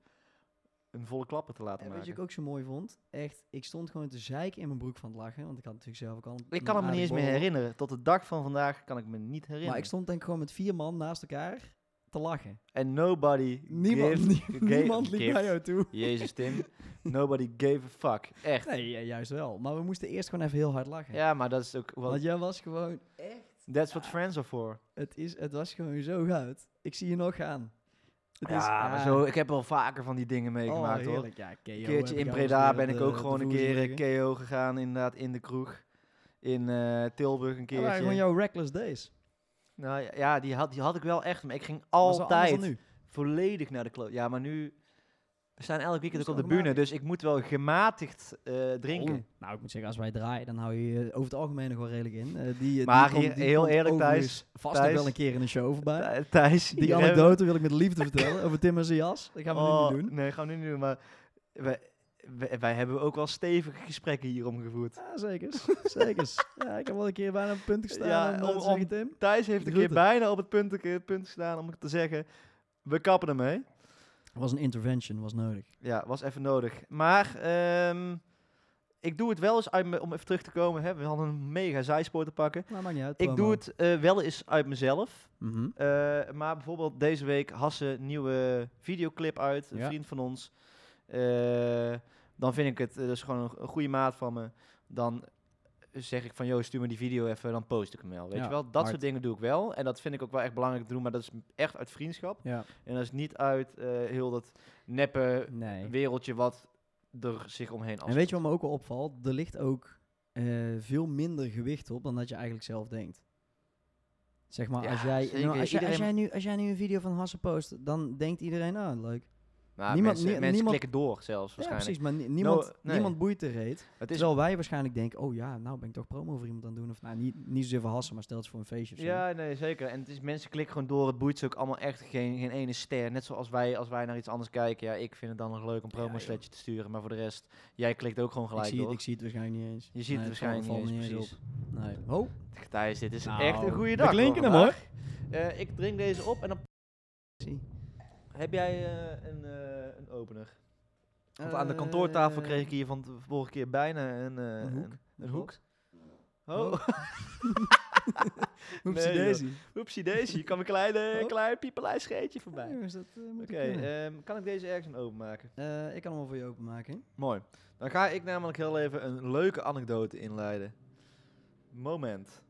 een volle klapper te laten En weet je maken. wat ik ook zo mooi vond? Echt, ik stond gewoon te zeiken in mijn broek van het lachen. Want ik had natuurlijk zelf ook al een Ik kan het me niet eens meer aardige borrel. herinneren. Tot de dag van vandaag kan ik me niet herinneren. Maar ik stond denk ik gewoon met vier man naast elkaar te lachen. En nobody Niemand, gave- nie- gave- niemand liep gave- naar jou toe. Jezus Tim. Nobody gave a fuck. Echt. Nee, ja, juist wel. Maar we moesten eerst gewoon even heel hard lachen. Ja, maar dat is ook... Want Wat, jij was gewoon echt... that's what friends are for. Het, is, het was gewoon zo goud. Ik zie je nog gaan. Het Ja, is, maar zo... Ik heb wel vaker van die dingen meegemaakt, oh, hoor. heerlijk. Ja, K O Een heb keertje ik in jou Breda eens ben weer ik op ook de- gewoon op een de keer voet eh, K O gegaan, inderdaad, in de kroeg. In eh, Tilburg een Dat waren gewoon keertje. jouw reckless days. Nou ja, ja, die had, die had ik wel echt, maar ik ging Was wel anders dan altijd nu. volledig naar de kloot. Ja, maar nu... We staan elk weekend ook Moest op de wel bühne, dus ik moet wel gematigd eh, drinken. Oh, nou, ik moet zeggen, als wij draaien, dan hou je je over het algemeen nog wel redelijk in. Eh, die, Maar die hier, komt- die heel komt eerlijk, overigens Thijs, vast Thijs. ook wel een keer in een show voorbij. Thij- Thijs, Die hier hebben anekdote wil ik met liefde vertellen over Tim en zijn jas. Dat gaan we Oh, nu niet doen. Nee, gaan we nu niet doen, maar wij, wij, wij hebben ook wel stevige gesprekken hierom gevoerd. Ja, zeker. Zeker. Ja, ik heb wel een keer bijna op het punt gestaan Ja, om, eh, om- te zeggen, om- Tim. Thijs heeft een Groeten. keer bijna op het punt, een punt gestaan om te zeggen, we kappen ermee. Er was een intervention, was nodig. Ja, was even nodig. Maar ehm, ik doe het wel eens, uit me, om even terug te komen, hè, we hadden een mega zijspoor te pakken. Nou, maakt niet uit. Ik promo. doe het eh, wel eens uit mezelf. Mhm. Eh, maar bijvoorbeeld deze week Hasse een nieuwe videoclip uit, een Ja. vriend van ons. Eh, dan vind ik het, eh, dat is gewoon een, een goede maat van me. Dan zeg ik van, joh, stuur me die video even, dan post ik hem wel. Weet Ja, je wel, dat hard. soort dingen doe ik wel. En dat vind ik ook wel echt belangrijk te doen, maar dat is echt uit vriendschap. Ja. En dat is niet uit eh, heel dat neppe Nee. wereldje wat er zich omheen afspeelt. En weet je wat me ook wel opvalt? Er ligt ook eh, veel minder gewicht op dan dat je eigenlijk zelf denkt. Zeg maar, Ja, als, jij, zeker. nou, als, jij, als, Iedereen- jij nu, als jij nu een video van Hasse post, dan denkt iedereen, ah, leuk. Nou, niemand- mensen, nie- mensen niemand- klikken door zelfs Ja, waarschijnlijk. precies, maar ni- niemand, No, nee. niemand boeit er reet. Het is, Terwijl wij waarschijnlijk denken, oh ja, nou ben ik toch promo voor iemand aan het doen. Of nou, niet, niet zozeer voor Hasse, maar stel het is voor een feestje of zo. ja, nee, zeker. En het is, mensen klikken gewoon door. Het boeit ze ook allemaal echt geen, geen ene ster. Net zoals wij, als wij naar iets anders kijken. Ja, ik vind het dan nog leuk om Ja, promo-sletje te sturen. Maar voor de rest, jij klikt ook gewoon ik, gelijk zie het, door. ik zie het waarschijnlijk niet eens. Je ziet Nee, het waarschijnlijk valt- niet valt eens, me precies. op. Nee. Oh, Thijs, dit is Nou, echt een goede we dag. klinken hoor, hem, vandaag. Eh, ik drink deze op en dan... zie. Heb jij eh, een, eh, een opener? Want aan de kantoortafel kreeg ik hier van de vorige keer bijna een, eh, Een hoek. Een, een hoek. Oh, Oh. Oepsie Nee, joh. daisy. oepsie daisy. Er kwam een kleine, Oh. klein piepelij scheetje voorbij. Ja, jongens, dat eh, moet Oké, ik kunnen. ehm, kan ik deze ergens een openmaken? Eh, ik kan hem wel voor je openmaken. Mooi. Dan ga ik namelijk heel even een leuke anekdote inleiden. Moment.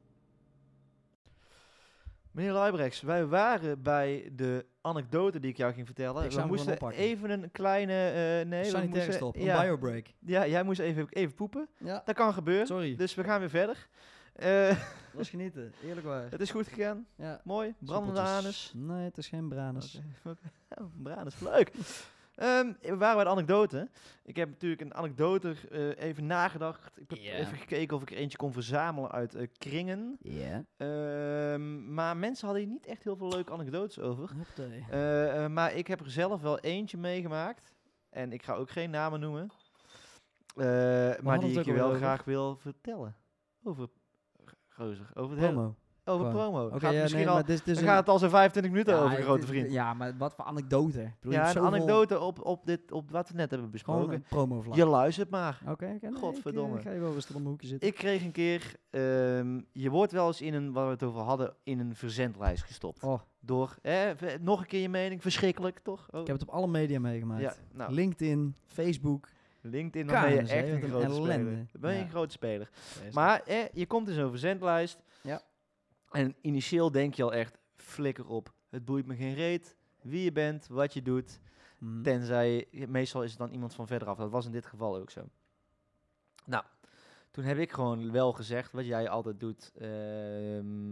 Meneer Luibrechts, wij waren bij de anekdote die ik jou ging vertellen. Ik zou we hem moesten gewoon oppakken. even een kleine... eh nee, we Sanitaire moesten, stop, een ja, biobreak. ja, jij moest even, even poepen. Ja, Dat kan gebeuren. sorry. Dus we gaan weer verder. Eh, Was genieten, eerlijk waar. het is goed gegaan. Ja. Mooi. Brandende Soepeltjes. anus. Nee, het is geen branus. Oké, oké. Oh, Branus, leuk. Ehm, we waren bij de anekdote. Ik heb natuurlijk een anekdote eh, even nagedacht. Ik heb Ja. even gekeken of ik er eentje kon verzamelen uit eh, kringen. Ja. Ehm, maar mensen hadden hier niet echt heel veel leuke anekdotes over. Hoppatee. Eh, eh, maar ik heb er zelf wel eentje meegemaakt. En ik ga ook geen namen noemen. Eh, maar hadden die het ik je ook wel al over. graag wil vertellen. Over Gozer. Over het hele- Promo. over Gewoon. promo. Oké, Gaat ja, misschien nee, al, maar dit is dus dan een- gaat het al zo'n vijfentwintig minuten Ja, over, het- grote het- vriend. Ja, maar wat voor anekdote. Ik bedoel, je Ja, hebt een zoveel- anekdote op, op, dit, op wat we net hebben Gewoon besproken. een promo vlak. Je luistert maar. Oké, oké. nee, Godverdomme. Ik, eh, ga je wel rustig om mijn hoekje zitten. Ik kreeg een keer, ehm, je wordt wel eens in een, waar we het over hadden, in een verzendlijst gestopt. Oh, Door, hè, v- nog een keer je mening, verschrikkelijk toch? Oh. ik heb het op alle media meegemaakt. Ja, nou, LinkedIn, Facebook. LinkedIn, dan ben je K N Z, echt wat een een grote speler. ellende. Dan ben je Ja. een grote speler. Vreselijk. Maar hè, je komt in zo'n verzendlijst. Ja. En initieel denk je al echt, flikker op. Het boeit me geen reet wie je bent, wat je doet. Mhm. Tenzij, meestal is het dan iemand van verderaf. Dat was in dit geval ook zo. Nou, toen heb ik gewoon wel gezegd, wat jij altijd doet. ehm,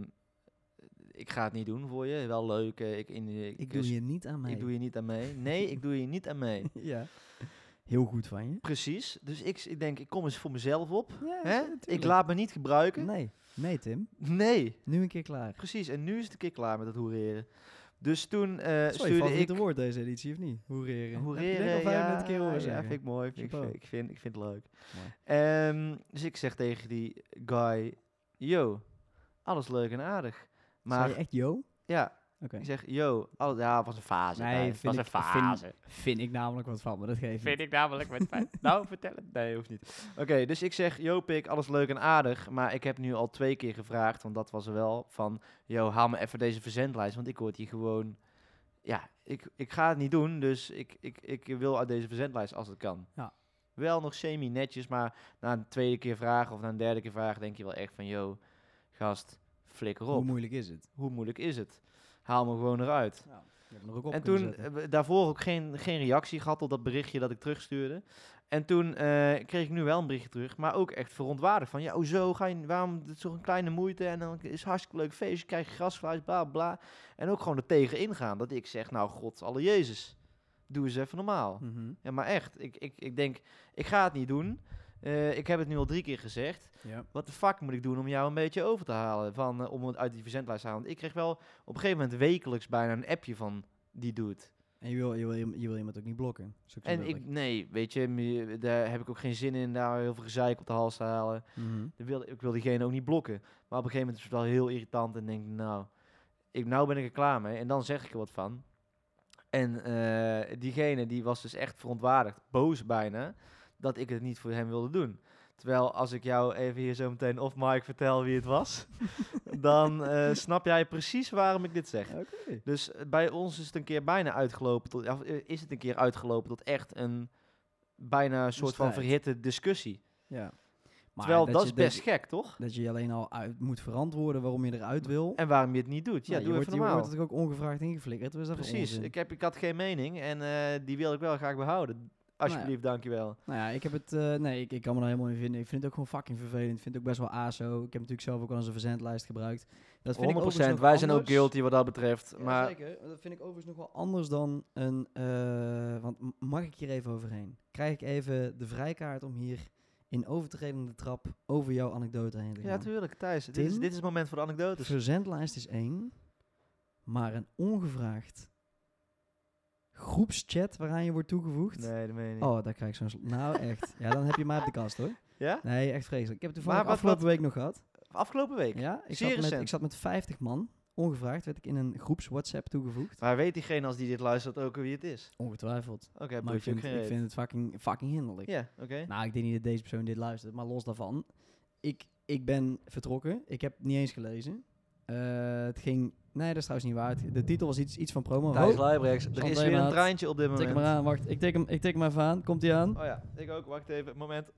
ik ga het niet doen voor je. Wel leuk. eh, Ik, in, ik, Ik doe dus- hier niet aan mee. ik doe je niet aan mee. Nee, ik doe je niet aan mee. Ja. Heel goed van je. Precies. Dus ik, ik denk, ik kom eens voor mezelf op. Ja, Hè? tuurlijk. Ik laat me niet gebruiken. Nee. Nee, Tim. Nee. Nu een keer klaar. Precies. En nu is het een keer klaar met het hoereren. Dus toen eh Dat is wel je stuurde favoriete ik... woord deze editie, of niet? Hoereren. Hoereren, Heb je dit al vijfendertig keer horen ja, zeggen? vind ik mooi. Vind ik, Chapeau. ik, vind, ik vind het leuk. Mooi. Ehm, dus ik zeg tegen die guy, yo, alles leuk en aardig. Maar Zei je echt yo? ja, Oké. ik zeg, yo, alles, ja, het was een fase. Nee, Thijs, het vind was ik- een fase. Vind ik namelijk wat van, maar dat geeft Vind ik namelijk met fijn. Nou, vertel het. Nee, hoeft niet. Oké, dus ik zeg, yo pik, alles leuk en aardig. Maar ik heb nu al twee keer gevraagd, want dat was er wel, van, yo, haal me even deze verzendlijst, want ik word hier gewoon... Ja, ik, ik ga het niet doen, dus ik, ik, ik wil uit deze verzendlijst als het kan. Ja. Wel nog semi-netjes, maar na een tweede keer vragen of na een derde keer vragen, denk je wel echt van, yo, gast, flikker op. Hoe moeilijk is het? Hoe moeilijk is het? Haal me gewoon eruit. Ja, je hebt hem er ook op En kunnen toen zetten. eh, we- daarvoor ook geen, geen reactie gehad op dat berichtje dat ik terugstuurde. En toen eh, kreeg ik nu wel een berichtje terug, maar ook echt verontwaardigd van, ja, hoezo ga je, waarom, het is toch een kleine moeite en dan is het hartstikke leuk feestje, krijg je grasvlees, bla bla. En ook gewoon er tegen ingaan, dat ik zeg, nou, god, alle Jezus, doe eens even normaal. Mhm. Ja, maar echt, ik, ik, ik denk, ik ga het niet doen. Eh, ik heb het nu al drie keer gezegd. Ja. Wat de fuck moet ik doen om jou een beetje over te halen, van, eh, om het uit die verzendlijst te halen? Want ik kreeg wel op een gegeven moment wekelijks bijna een appje van die dude. En je wil, je, wil, je wil iemand ook niet blokken. Dat is ook zo En ik, duidelijk. nee, weet je, me- daar heb ik ook geen zin in, daar heel veel gezeik op de hals te halen. Mhm. Dat wil, ik wil diegene ook niet blokken. Maar op een gegeven moment is het wel heel irritant en denk ik, nou, ik, nou ben ik er klaar mee. En dan zeg ik er wat van. En eh, diegene die was dus echt verontwaardigd, boos bijna, dat ik het niet voor hem wilde doen. Terwijl als ik jou even hier zo meteen off mic vertel wie het was, dan eh, snap jij precies waarom ik dit zeg. Oké. Dus eh, bij ons is het een keer bijna uitgelopen tot, of, eh, is het een keer uitgelopen tot echt een bijna een soort van strijd. verhitte discussie. Ja. Maar Terwijl dat, je, is best dat, gek, toch? dat je je alleen al uit moet verantwoorden waarom je eruit wil. En waarom je het niet doet. Ja, Nou, doe je even wordt, je normaal. wordt er ook ongevraagd ingeflikkerd. Dus dat is Precies. onzin. Ik, heb, ik had geen mening en uh, die wil ik wel graag behouden. Alsjeblieft, nou dankjewel. Nou ja, ik heb het... Uh, nee, ik, ik kan me er helemaal in vinden. Ik vind het ook gewoon fucking vervelend. Ik vind het ook best wel A S O. Ik heb natuurlijk zelf ook al eens een verzendlijst gebruikt. Dat vind honderd procent. Ik overigens nog Wij zijn ook anders. guilty wat dat betreft. Ja, maar zeker. Dat vind ik overigens nog wel anders dan een... Uh, want m- mag ik hier even overheen? Krijg ik even de vrijkaart om hier in overtredende trap over jouw anekdote heen te gaan? Ja, tuurlijk. Thijs, dit Tim, is, dit is het moment voor de anekdotes. Verzendlijst is één, maar een ongevraagd groepschat waaraan je wordt toegevoegd. Nee, dat meen je niet. Oh, daar krijg ik zo'n... Sl- nou, echt. Ja, dan heb je mij op de kast, hoor. Ja? Nee, echt vreselijk. Ik heb het toevallig Maar wat- afgelopen wat- week nog gehad. Afgelopen week? Ja, ik Zeer zat, met, recent. ik zat met vijftig man. Ongevraagd werd ik in een groeps WhatsApp toegevoegd. Maar weet diegene als die dit luistert ook wie het is? Ongetwijfeld. Oké, okay, Maar ik vind, ik vind het fucking, fucking hinderlijk. Ja, oké. Okay. Nou, ik denk niet dat deze persoon dit luistert, maar los daarvan. Ik, ik ben vertrokken. Ik heb het niet eens gelezen. Uh, het ging... Nee, dat is trouwens niet waar. Het- De titel was iets, iets van promo. Thijs Oh, Lijbrechts, er Sander is weer een Eenhout. treintje op dit tik moment. hem maar aan. Wacht, ik tik hem, ik tik hem even aan. Komt hij aan? Oh ja, ik ook. Wacht even, moment.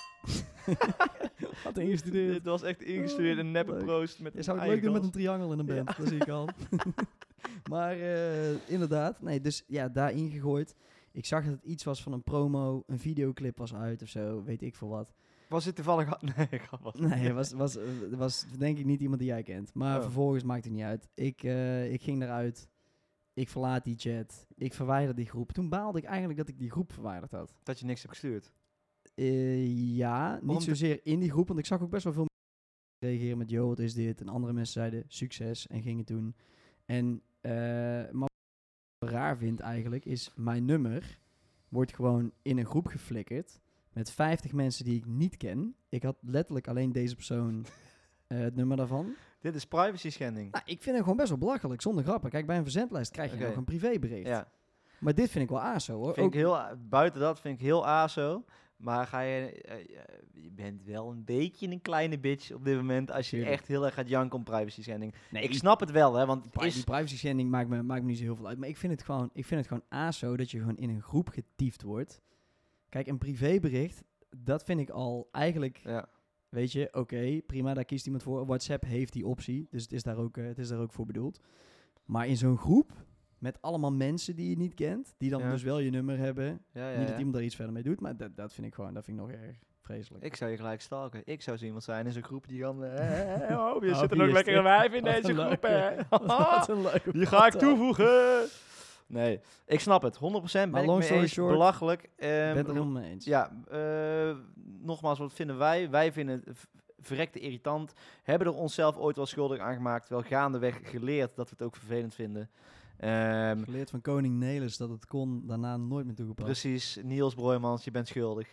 Had ingestudeerd. Dit was echt ingestudeerd, een neppe Leuk. proost met Je een zou het eigen leuk doen met glas. een triangel in een band. Ja. Dat zie ik al. Maar uh, inderdaad, nee, dus ja, daarin gegooid. Ik zag dat het iets was van een promo, een videoclip was uit of zo, weet ik veel wat. Was dit toevallig... Nee, ik ga wat. Nee, het was, was, uh, was denk ik niet iemand die jij kent. Maar Oh. vervolgens maakt het niet uit. Ik, uh, ik ging eruit, ik verlaat die chat, ik verwijder die groep. Toen baalde ik eigenlijk dat ik die groep verwijderd had. Dat je niks hebt gestuurd. Uh, ja, niet Waarom zozeer in die groep, want ik zag ook best wel veel mensen reageren met, yo, wat is dit? En andere mensen zeiden, succes, en gingen toen. En, uh, maar wat ik raar vind eigenlijk, is mijn nummer wordt gewoon in een groep geflikkerd met vijftig mensen die ik niet ken. Ik had letterlijk alleen deze persoon uh, het nummer daarvan. Dit is privacy schending. Nou, ik vind het gewoon best wel belachelijk, zonder grappen. Kijk, bij een verzendlijst krijg je Oké. nog een privébericht. Ja. Maar dit vind ik wel A S O, hoor. Vind Ook, ik heel, buiten dat vind ik heel A S O. Maar ga je, uh, uh, je bent wel een beetje een kleine bitch op dit moment als je Tuurlijk. echt heel erg gaat janken om privacy schending. nee, Ik snap het wel, hè, want het pri- is... die privacy schending maakt me, maakt me niet zo heel veel uit. Maar ik vind het gewoon, ik vind het gewoon A S O dat je gewoon in een groep getiefd wordt. Kijk, een privébericht, dat vind ik al eigenlijk, Ja. weet je, oké, okay, prima, daar kiest iemand voor. WhatsApp heeft die optie, dus het is daar ook, uh, het is daar ook voor bedoeld. Maar in zo'n groep, met allemaal mensen die je niet kent, die dan Ja. dus wel je nummer hebben. Ja, ja, Niet dat ja. iemand daar iets verder mee doet, maar dat, dat vind ik gewoon, dat vind ik nog erg vreselijk. Ik zou je gelijk stalken. Ik zou zo iemand zijn in zo'n groep die dan... Uh, oh, je Oh, zit er wie ook is lekker dit? een wijf in Wat deze een groep, leuke. hè? Wat een leuke Die ga ik foto. toevoegen. Nee, ik snap het. honderd procent ben Maar ik long mee story eens. short, Belachelijk. Ik Ehm, ben het er helemaal mee eens. Ja, uh, nogmaals, wat vinden wij? Wij vinden het v- verrekte irritant. Hebben er onszelf ooit wel schuldig aan gemaakt. Wel gaandeweg geleerd dat we het ook vervelend vinden. Um, Geleerd van koning Nelis dat het kon, daarna nooit meer toegepast. Precies, Niels Broijmans, je bent schuldig.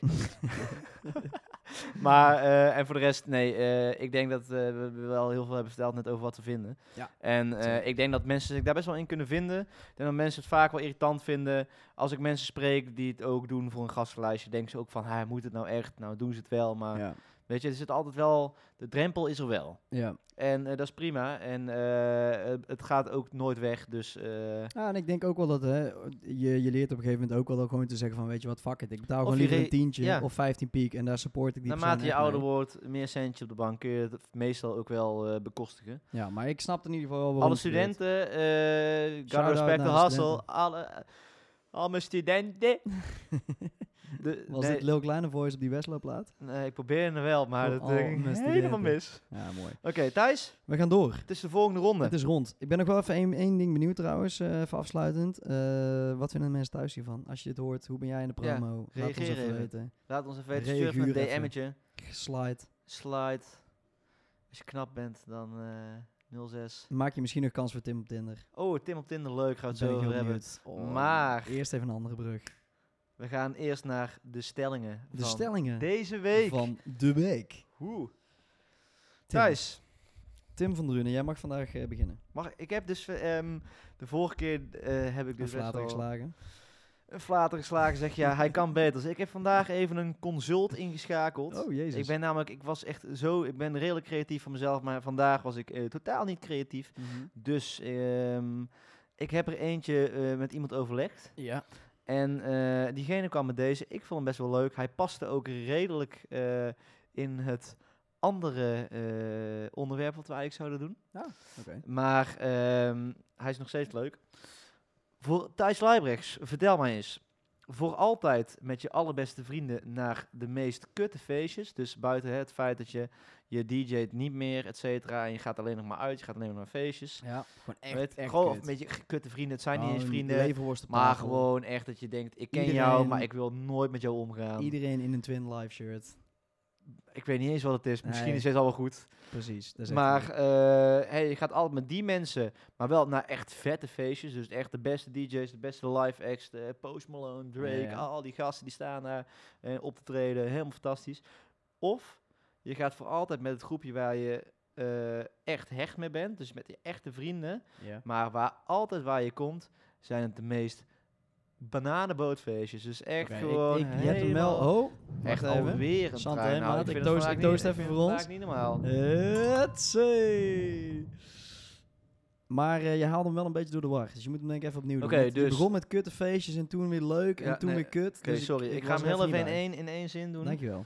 Maar, uh, en voor de rest, nee, uh, ik denk dat uh, we wel heel veel hebben verteld net over wat we vinden. Ja. En uh, Zeker. ik denk dat mensen zich daar best wel in kunnen vinden. Ik denk dat mensen het vaak wel irritant vinden. Als ik mensen spreek die het ook doen voor een gastenlijstje, denken ze ook van, ha, moet het nou echt? Nou, doen ze het wel, maar Ja. weet je, er zit altijd wel, de drempel is er wel. Ja. En uh, dat is prima. En uh, het gaat ook nooit weg, dus... Uh, Ja, en ik denk ook wel dat hè, je, je leert op een gegeven moment ook wel ook gewoon te zeggen van, weet je wat, fuck it. Ik betaal Of gewoon je liever re- een tientje ja. of vijftien piek en daar support ik die naarmate persoon je echt ouder mee. wordt, meer centje op de bank, kun je het meestal ook wel uh, bekostigen. Ja, maar ik snap in ieder geval wel waarom Alle het gebeurt. studenten, uh, gotta Shout-out respect the naar de hustle. studenten. Alle, al mijn studenten. De, Was nee, dit Lil Kleine Voice op die Westloopplaat? nee, ik probeer het wel, maar Voor dat al uh, ging mijn helemaal studenten. mis. Ja, mooi. Oké, okay, Thijs, We gaan door. het is de volgende ronde. Het is rond. Ik ben nog wel even één, één ding benieuwd trouwens, uh, even afsluitend. Uh, wat vinden de mensen thuis hiervan? Als je het hoort, hoe ben jij in de Ja, promo? Laat ons reageer even even. weten. Laat ons even weten, Reaguur stuur even een even. DM'tje, Slide. slide. Als je knap bent, dan uh, nul zes. Maak je misschien nog kans voor Tim op Tinder. Oh, Tim op Tinder, leuk, gaan we het Ben zo ik heel over hebben. benieuwd. Oh, Maar- Eerst even een andere brug. We gaan eerst naar de stellingen De van stellingen deze week. van de week. Oeh. Tim, Thijs, Tim van Drunen, jij mag vandaag uh, beginnen. mag, ik heb dus uh, um, de vorige keer uh, heb ik Een dus best flater wel geslagen. een flater geslagen. Zeg ja, hij kan beter. Dus ik heb vandaag even een consult ingeschakeld. Oh, jezus. Ik ben namelijk, ik was echt zo, ik ben redelijk creatief van mezelf, maar vandaag was ik uh, totaal niet creatief. Mhm. Dus um, ik heb er eentje uh, met iemand overlegd. Ja. En uh, diegene kwam met deze. Ik vond hem best wel leuk. Hij paste ook redelijk uh, in het andere eh, onderwerp wat we eigenlijk zouden doen. Ja, oké. Maar ehm, hij is nog steeds leuk. Voor Thijs Leibrechts, vertel mij eens. Voor altijd met je allerbeste vrienden naar de meest kutte feestjes. Dus buiten het feit dat je je D J't niet meer, et cetera. En je gaat alleen nog maar uit, je gaat alleen maar naar feestjes. Ja, gewoon echt, Weet, echt gewoon kut. met je kutte vrienden, het zijn niet Gewoon eens vrienden. leverworst op Maar tafel. gewoon echt dat je denkt, ik ken Iedereen- jou, maar ik wil nooit met jou omgaan. Iedereen in een Twin Live shirt. Ik weet niet eens wat het is, misschien Nee. is het al wel goed. Precies. Dat is Maar echt eh, hey, je gaat altijd met die mensen, maar wel naar echt vette feestjes. Dus echt de beste D J's, de beste live acts, de Post Malone, Drake, Ja, ja. al die gasten die staan daar eh, op te treden. Helemaal fantastisch. Of je gaat voor altijd met het groepje waar je eh, echt hecht mee bent. Dus met je echte vrienden. Ja. Maar waar altijd waar je komt, zijn het de meest bananenbootfeestjes. Dus echt Oké, gewoon ik, ik, je hebt hem wel... helemaal- Oh, echt wacht even. alweer een Santé, trui. Nou, maat, ik vind het toast- vandaag ik toast niet- even vind voor het ons. vandaag niet normaal. Hetsee. Maar eh, je haalde hem wel een beetje door de war. Dus je moet hem denk ik even opnieuw doen. Oké, Want Je dus- begon met kutte feestjes en toen weer leuk Ja, en toen nee, weer kut. Oké, Dus sorry. Ik, ga was hem er heel even in niet bij. één, in één zin doen. Dankjewel.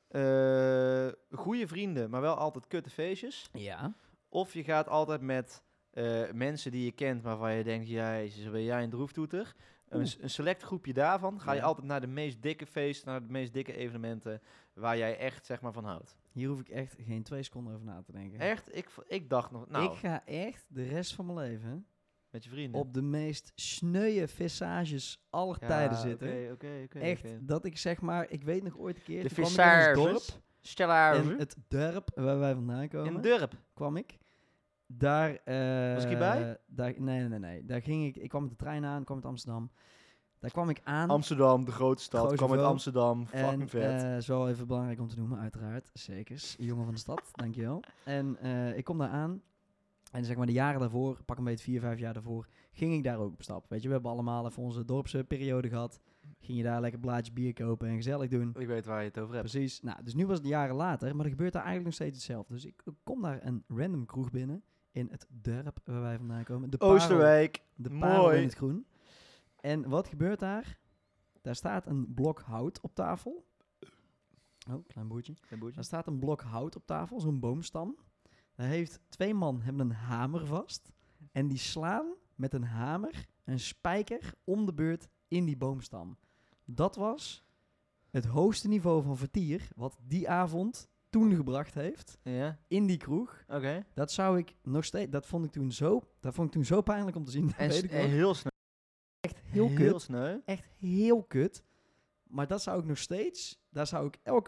Eh goede vrienden, maar wel altijd kutte feestjes. Ja. Of je gaat altijd met eh, mensen die je kent, maar waar je denkt, jezus, ben jij een droeftoeter. Een, Oeh. s- een select groepje daarvan ga je Ja. altijd naar de meest dikke feesten, naar de meest dikke evenementen, waar jij echt, zeg maar, van houdt. Hier hoef ik echt geen twee seconden over na te denken. Echt? Ik, v- ik dacht nog, nou, Ik ga echt de rest van mijn leven met je vrienden. op de meest sneuwe vissages aller tijden zitten. Oké, oké, oké. Echt, oké. dat ik zeg maar, ik weet nog ooit een keer, De toen kwam ik in ons vissages. dorp. Stellaars. En het dorp waar wij vandaan komen, In Durp. kwam ik. Daar, eh, Was ik hierbij? Daar, nee, nee, nee, nee. Daar ging ik, ik kwam met de trein aan, kwam uit Amsterdam. Daar kwam ik aan. Amsterdam, de grote stad. Gozer Kwam uit vrouw. Amsterdam. En Fucking vet. eh, is wel even belangrijk om te noemen, uiteraard. Zekers. Jongen van de stad, dankjewel. En eh, ik kom daar aan. En zeg maar de jaren daarvoor, pak een beetje vier, vijf jaar daarvoor, ging ik daar ook op stap. Weet je, we hebben allemaal even onze dorpsperiode gehad. Ging je daar lekker een blaadje bier kopen en gezellig doen. Ik weet waar je het over hebt. Precies. Nou, dus nu was het jaren later, maar er gebeurt daar eigenlijk nog steeds hetzelfde. Dus ik ik kom daar een random kroeg binnen in het dorp waar wij vandaan komen. De Parel- Oosterwijk. De parel Mooi. in het groen. En wat gebeurt daar? Daar staat een blok hout op tafel. Oh, klein boertje. Geen boertje. Daar staat een blok hout op tafel, zo'n boomstam. Daar heeft twee man hebben een hamer vast. En die slaan met een hamer een spijker om de beurt in die boomstam. Dat was het hoogste niveau van vertier wat die avond toen gebracht heeft Ja, in die kroeg. oké. Dat zou ik nog steeds, dat vond ik toen zo, dat vond ik toen zo pijnlijk om te zien. Dat En, weet s- ik en nog. heel snel. Echt heel kut. Heel snel. Echt heel kut. Maar dat zou ik nog steeds, daar zou ik elke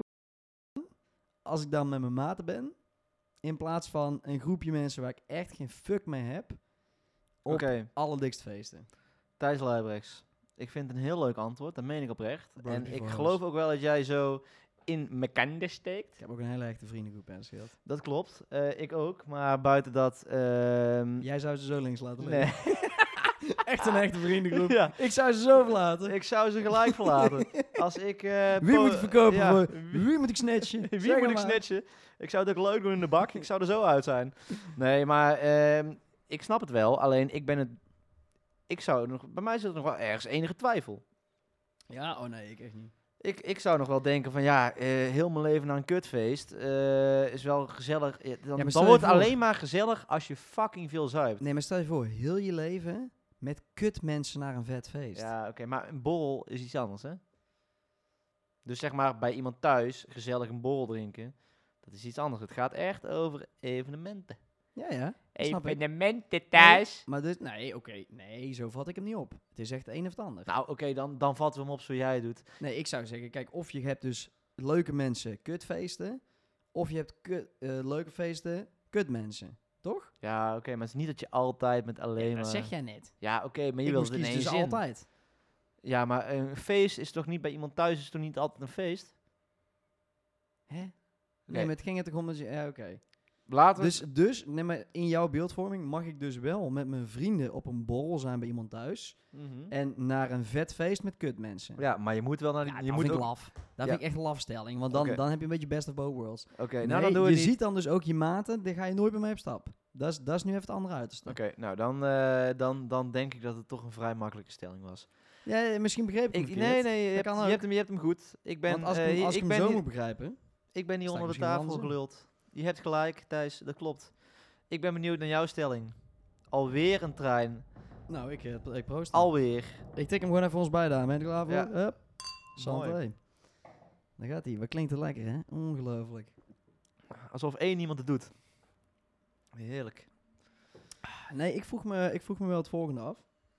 als ik dan met mijn maten ben, in plaats van een groepje mensen waar ik echt geen fuck mee heb, op Oké, allerdikst feesten. Thijs Leibrechts. Ik vind het een heel leuk antwoord, dat meen ik oprecht. Brood en before ik house. geloof ook wel dat jij zo in mekande steekt. Ik heb ook een hele echte vriendengroep en scheelt. Dat klopt. Eh, ik ook, maar buiten dat... ehm, Jij zou ze zo links laten nee. liggen. Echt een echte vriendengroep. Ja. Ik zou ze zo verlaten. Ik zou ze gelijk verlaten. Als ik... eh, Wie po- moet ik verkopen ja, voor? wie- Wie moet ik snatchen? Wie Zeg moet ik maar. snatchen? Ik zou het ook leuk doen in de bak. Ik zou er zo uit zijn. Nee, maar ehm, ik snap het wel. Alleen ik ben het... Ik zou nog... Bij mij zit er nog wel ergens enige twijfel. Ja, oh nee, ik echt niet. Ik, ik zou nog wel denken van ja, eh, heel mijn leven naar een kutfeest eh, is wel gezellig. Ja, dan maar dan stel je wordt het voor- alleen maar gezellig als je fucking veel zuipt. Nee, maar stel je voor, heel je leven met kut mensen naar een vet feest. Ja, oké, maar een borrel is iets anders, hè? Dus zeg maar bij iemand thuis gezellig een borrel drinken, dat is iets anders. Het gaat echt over evenementen. ja. ja. Snap ik. Evenementen Nee, maar dus, nee, oké. Nee, zo vat ik hem niet op. Het is echt het een of het ander. Nou, oké, dan, dan vatten we hem op zoals jij het doet. Nee, ik zou zeggen, kijk, of je hebt dus leuke mensen, kutfeesten. Of je hebt kut, eh, leuke feesten, kutmensen. Toch? Ja, oké, maar het is niet dat je altijd met alleen maar... dat zeg jij net. Ja, oké, maar je Ik wilt moest het in kiezen één tussen zin. altijd. Ja, maar een feest is toch niet bij iemand thuis, is toch niet altijd een feest? Hè? Oké. Nee, maar het ging er toch om dat je... Ja, oké. Laten we... Dus, dus nee, maar in jouw beeldvorming mag ik dus wel met mijn vrienden op een borrel zijn bij iemand thuis. Mhm. En naar een vet feest met kutmensen. Ja, maar je moet wel naar die... Ja, je dat moet vind ik ook... laf. Dat Ja. vind ik echt een lafstelling. Want dan, Oké. dan heb je een beetje best of both worlds. Oké, Nee, nou dan doen we je niet... ziet dan dus ook je maten, daar ga je nooit meer mee op stap. Dat is, dat is nu even het andere uiterste. Oké, nou dan, eh, dan, dan denk ik dat het toch een vrij makkelijke stelling was. Ja, misschien begreep ik, Ik, het nee, verkeerd. nee, je Dat hebt, kan je, ook. hebt hem, je hebt hem goed. Ik ben... Want als ik, eh, hem, als ik, ik hem ben zo niet- moet begrijpen... Ik ben hier Sta ik onder de misschien wel tafel andersom. geluld. Je hebt gelijk, Thijs. Dat klopt. Ik ben benieuwd naar jouw stelling. Alweer een trein. Nou, ik, eh, ik proost hem. Alweer. Ik tik hem gewoon even ons bij daar. Ben je er klaar voor? Ja. Hup. Santé. Mooi. Daar gaat hij. Wat klinkt het lekker, hè? Ongelooflijk. Alsof één iemand het doet. Heerlijk. Nee, ik vroeg me, ik vroeg me wel het volgende af.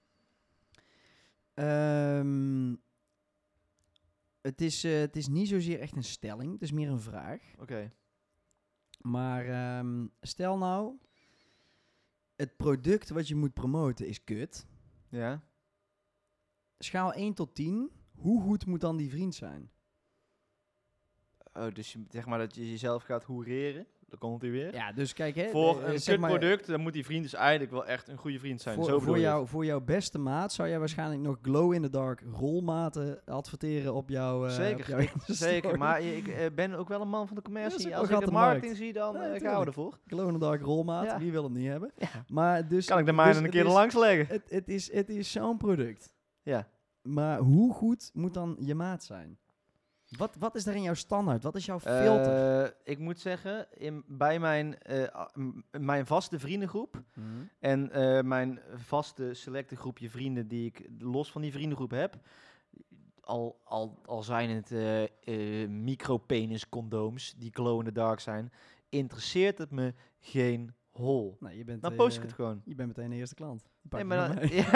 Ehm, het, is, eh, het is niet zozeer echt een stelling. Het is meer een vraag. Oké. Okay. Maar ehm, stel nou, het product wat je moet promoten is kut. Ja. Schaal één tot tien. Hoe goed moet dan die vriend zijn? Oh, dus je, zeg maar dat je jezelf gaat hoereren. Dan komt hij weer. Ja, dus kijk, hè. Voor eh, een zeg maar, kutproduct, dan moet die vriend dus eigenlijk wel echt een goede vriend zijn. Voor, Zo bedoel voor, je jou, het. voor jouw beste maat zou jij waarschijnlijk nog glow-in-the-dark rolmaten adverteren op jouw... eh, Zeker, op jouw ik- Insta-story. zeker. Maar ik eh, ben ook wel een man van de Ja, commercie. zit Als nog ik de altijd in de marketing markt. zie, dan Nee, eh, gaan we tuurlijk. ervoor. Glow-in-the-dark rolmaat, Ja. wie wil het niet hebben? Ja. Maar dus, Kan ik de mijne dus een het keer is- langs leggen? Het, het is, het is zo'n product. Ja. Maar hoe goed moet dan je maat zijn? Wat, wat is daar in jouw standaard? Wat is jouw filter? Eh, ik moet zeggen, in, bij mijn, eh, a- m- mijn vaste vriendengroep Mhm. en eh, mijn vaste selecte groepje vrienden die ik los van die vriendengroep heb, al, al, al zijn het eh eh, micropenis condooms die glow in the dark zijn, interesseert het me geen hol. Nou, je bent, Dan post ik eh, het gewoon. Je bent meteen de eerste klant. Die pak Nee, je maar van dan, mij.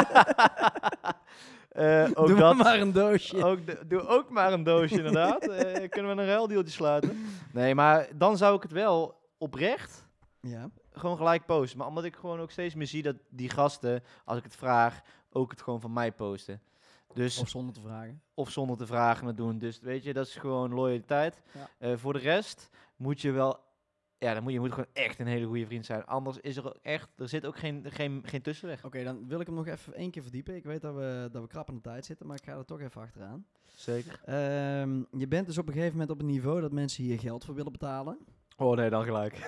Eh, ook Doe dat, maar een doosje. Ook de- doe ook maar een doosje, inderdaad. Eh, kunnen we een ruildeeltje sluiten? Nee, maar dan zou ik het wel oprecht Ja. gewoon gelijk posten. Maar omdat ik gewoon ook steeds meer zie dat die gasten, als ik het vraag, ook het gewoon van mij posten. Dus, Of zonder te vragen. of zonder te vragen het doen. Dus weet je, dat is gewoon loyaliteit. Ja. Eh, voor de rest moet je wel... Ja, dan moet je moet gewoon echt een hele goede vriend zijn. Anders is er ook echt... Er zit ook geen, geen, geen tussenweg. Oké, dan wil ik hem nog even één keer verdiepen. Ik weet dat we, dat we krap aan de tijd zitten, maar ik ga er toch even achteraan. Zeker. Ehm, je bent dus op een gegeven moment op een niveau dat mensen hier geld voor willen betalen. Oh nee, dan gelijk.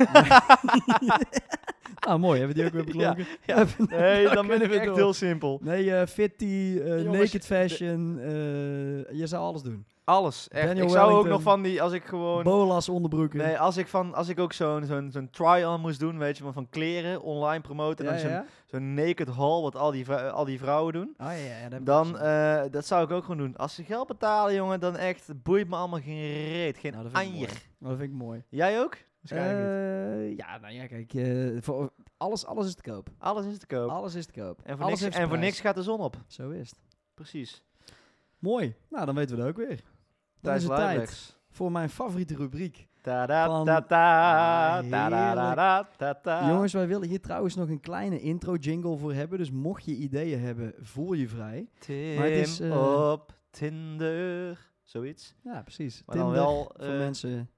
Ah, mooi. Hebben we die ook weer beklonken? Ja, Even- nee, dan ben kunnen ik we echt door. heel simpel. Nee, eh fitty, eh, Jongens, naked fashion. eh, je zou alles doen. Alles, echt. Daniel ik zou ook Wellington. nog van die, als ik gewoon... Bolas onderbroeken. Nee, als ik, van, als ik ook zo'n zo'n zo'n try-on moest doen, weet je, van, van kleren, online promoten, ja, en dan ja. zo'n zo'n naked haul, wat al die, vrou- al die vrouwen doen, Ah, ja, ja, dat heb ik dan, gezien. eh, dat zou ik ook gewoon doen. Als ze geld betalen, jongen, dan echt, het boeit me allemaal geen reet, geen Nou, dat vind ik anjer. mooi. Oh, dat vind ik mooi. Jij ook? Waarschijnlijk niet. Eh, ja, nou ja, kijk. eh, voor, alles, alles is te koop. Alles is te koop. Alles is te koop. En voor, alles niks, heeft en voor prijs. niks gaat de zon op. Zo is het. Precies. Mooi. Nou, dan weten we dat ook weer. Dan is Thijs het tijd Luijbeks. voor mijn favoriete rubriek. Ta da Van- ta ta, Ah, ta da da da ta ta. Jongens, wij willen hier trouwens nog een kleine intro-jingle voor hebben. Dus mocht je ideeën hebben, voel je vrij. Tim Maar het is, eh, op Tinder. Zoiets. Ja, precies. Maar dan Tinder wel, voor eh, mensen.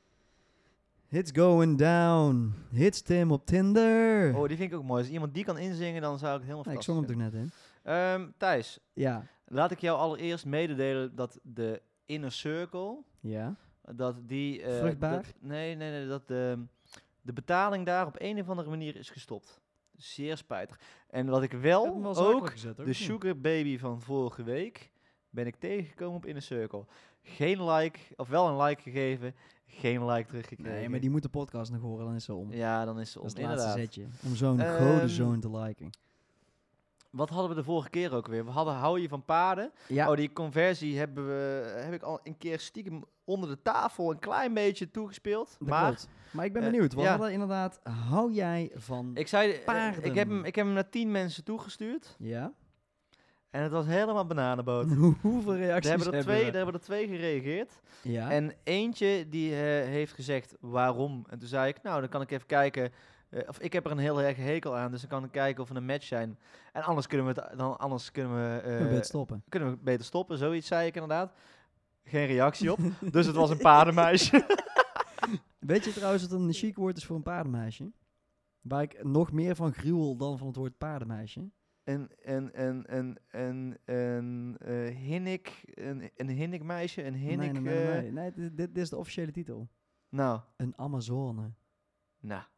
It's going down. Hits Tim op Tinder. Oh, die vind ik ook mooi. Als iemand die kan inzingen, dan zou ik het helemaal Nou, ik fantastisch zong hem toch net in. vinden. Ehm, Thijs, Ja. laat ik jou allereerst mededelen dat de Inner Circle, Ja. dat die... eh, Vruchtbaar? dat- nee, nee, nee, dat de, de betaling daar op een of andere manier is gestopt. Zeer spijtig. En wat ik Ik heb wel, hem wel zakelijk ook, gezet, de hoor. Sugar Baby van vorige week, ben ik tegengekomen op Inner Circle. Geen like, of wel een like gegeven, geen like teruggekregen. Nee, maar die moet de podcast nog horen, dan is ze om. Ja, dan is ze Dat om, is het laatste inderdaad. zetje. Om zo'n Ehm, godenzoon te liken. Wat hadden we de vorige keer ook weer? We hadden hou je van paarden. Ja. Oh, die conversie hebben we, heb ik al een keer stiekem onder de tafel een klein beetje toegespeeld. Dat maar klopt. Maar ik ben eh, benieuwd. We ja. hadden inderdaad, hou jij van... ik zei, eh, Paarden. ik heb, hem, ik heb hem naar tien mensen toegestuurd. Ja? En het was helemaal bananenboot. Hoeveel Er reacties hebben er, hebben twee, we? er hebben er twee gereageerd. Ja? En eentje die eh, heeft gezegd waarom. En toen zei ik, nou dan kan ik even kijken. eh, of ik heb er een heel erg hekel aan, dus dan kan ik kijken of we een match zijn. En anders kunnen we het, dan, anders kunnen we, eh, we beter stoppen. kunnen we beter stoppen. Zoiets zei ik inderdaad. Geen reactie op. Dus het was een paardenmeisje. Weet je trouwens wat een chic woord is voor een paardenmeisje? Waar ik nog meer van gruwel dan van het woord paardenmeisje. Een, een, een, een, een, een eh, hinnik, een, een hinnik meisje, een hinnik... nee, nee, nee. eh, nee. nee dit, dit, dit is de officiële titel. Nou, Een Amazone. nou,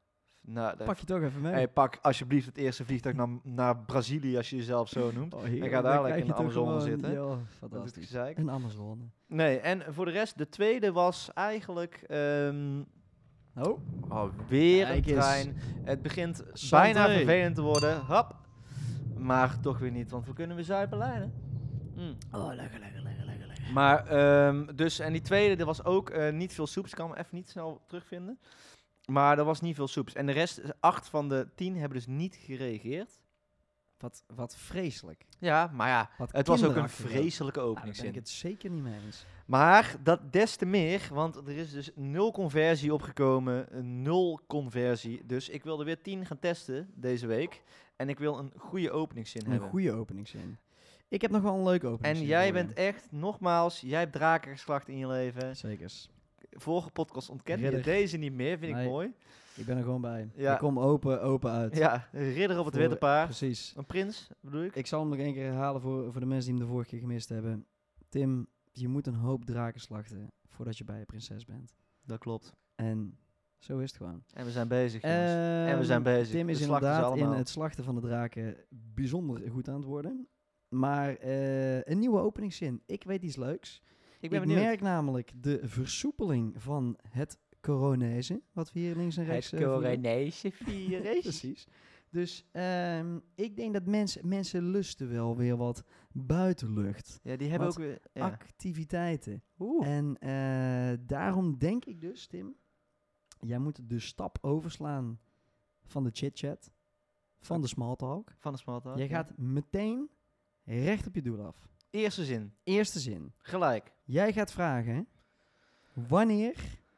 Nou, dat- Pak je toch even mee. Hey, pak alsjeblieft het eerste vliegtuig naar, naar Brazilië, als je jezelf zo noemt. Oh, en heerlijk, ga dan daar krijg lekker in de je toch Amazone gewoon- zitten. Ja, Dat is fantastisch. gezeik. Een Amazone. Nee, en voor de rest, de tweede was eigenlijk ehm Oh, oh, weer Kijk een eens. trein. Het begint Santé. bijna vervelend te worden. Hop. Maar toch weer niet, want we kunnen weer Zuid-Berlijn. hè. Mm. oh lekker, lekker, lekker, lekker, lekker. Maar, ehm, dus, en die tweede, er was ook eh, niet veel soeps. Ik kan hem even niet snel terugvinden. Maar er was niet veel soeps. En de rest, acht van de tien, hebben dus niet gereageerd. Wat, wat vreselijk. Ja, maar ja, Wat het was ook een kinderachtig ook. vreselijke Nou, daar ben openingszin. ik het zeker niet mee eens. Maar dat des te meer, want er is dus nul conversie opgekomen. een Nul conversie. Dus ik wilde weer tien gaan testen deze week. En ik wil een goede openingszin Een hebben. goede openingszin. Ik heb nog wel een leuke En openingszin. jij voor je. bent echt, nogmaals, jij hebt draken geslacht in je leven. Zekers. Vorige podcast ontkende je Ridder. deze niet meer, vind ik Nee. mooi. Ik ben er gewoon bij. Ja. Ik kom open, open uit. Ja, een ridder op het Voor- witte paard. Precies. Een prins, bedoel ik. Ik zal hem nog één keer herhalen voor, voor de mensen die hem de vorige keer gemist hebben. Tim, je moet een hoop draken slachten voordat je bij je prinses bent. Dat klopt. En zo is het gewoon. En we zijn bezig, jongens. Ehm, En we zijn bezig. Tim We is slachten ze inderdaad in allemaal. het slachten van de draken bijzonder goed aan het worden. Maar eh, een nieuwe openingszin. Ik weet iets leuks. ik ben ik benieuwd. merk namelijk de versoepeling van het coronezen, wat we hier links en rechts Het eh, voeren. coronese virus. Precies. Dus ehm, ik denk dat mensen, mensen lusten wel weer wat buitenlucht. Ja, die hebben Wat ook weer... Ja. Activiteiten. Oeh. En eh, daarom denk ik dus, Tim, jij moet de stap overslaan van de chit-chat, van de small talk. Van de small talk. Jij ja. gaat meteen recht op je doel af. Eerste zin. Eerste zin. Gelijk. Jij gaat vragen, wanneer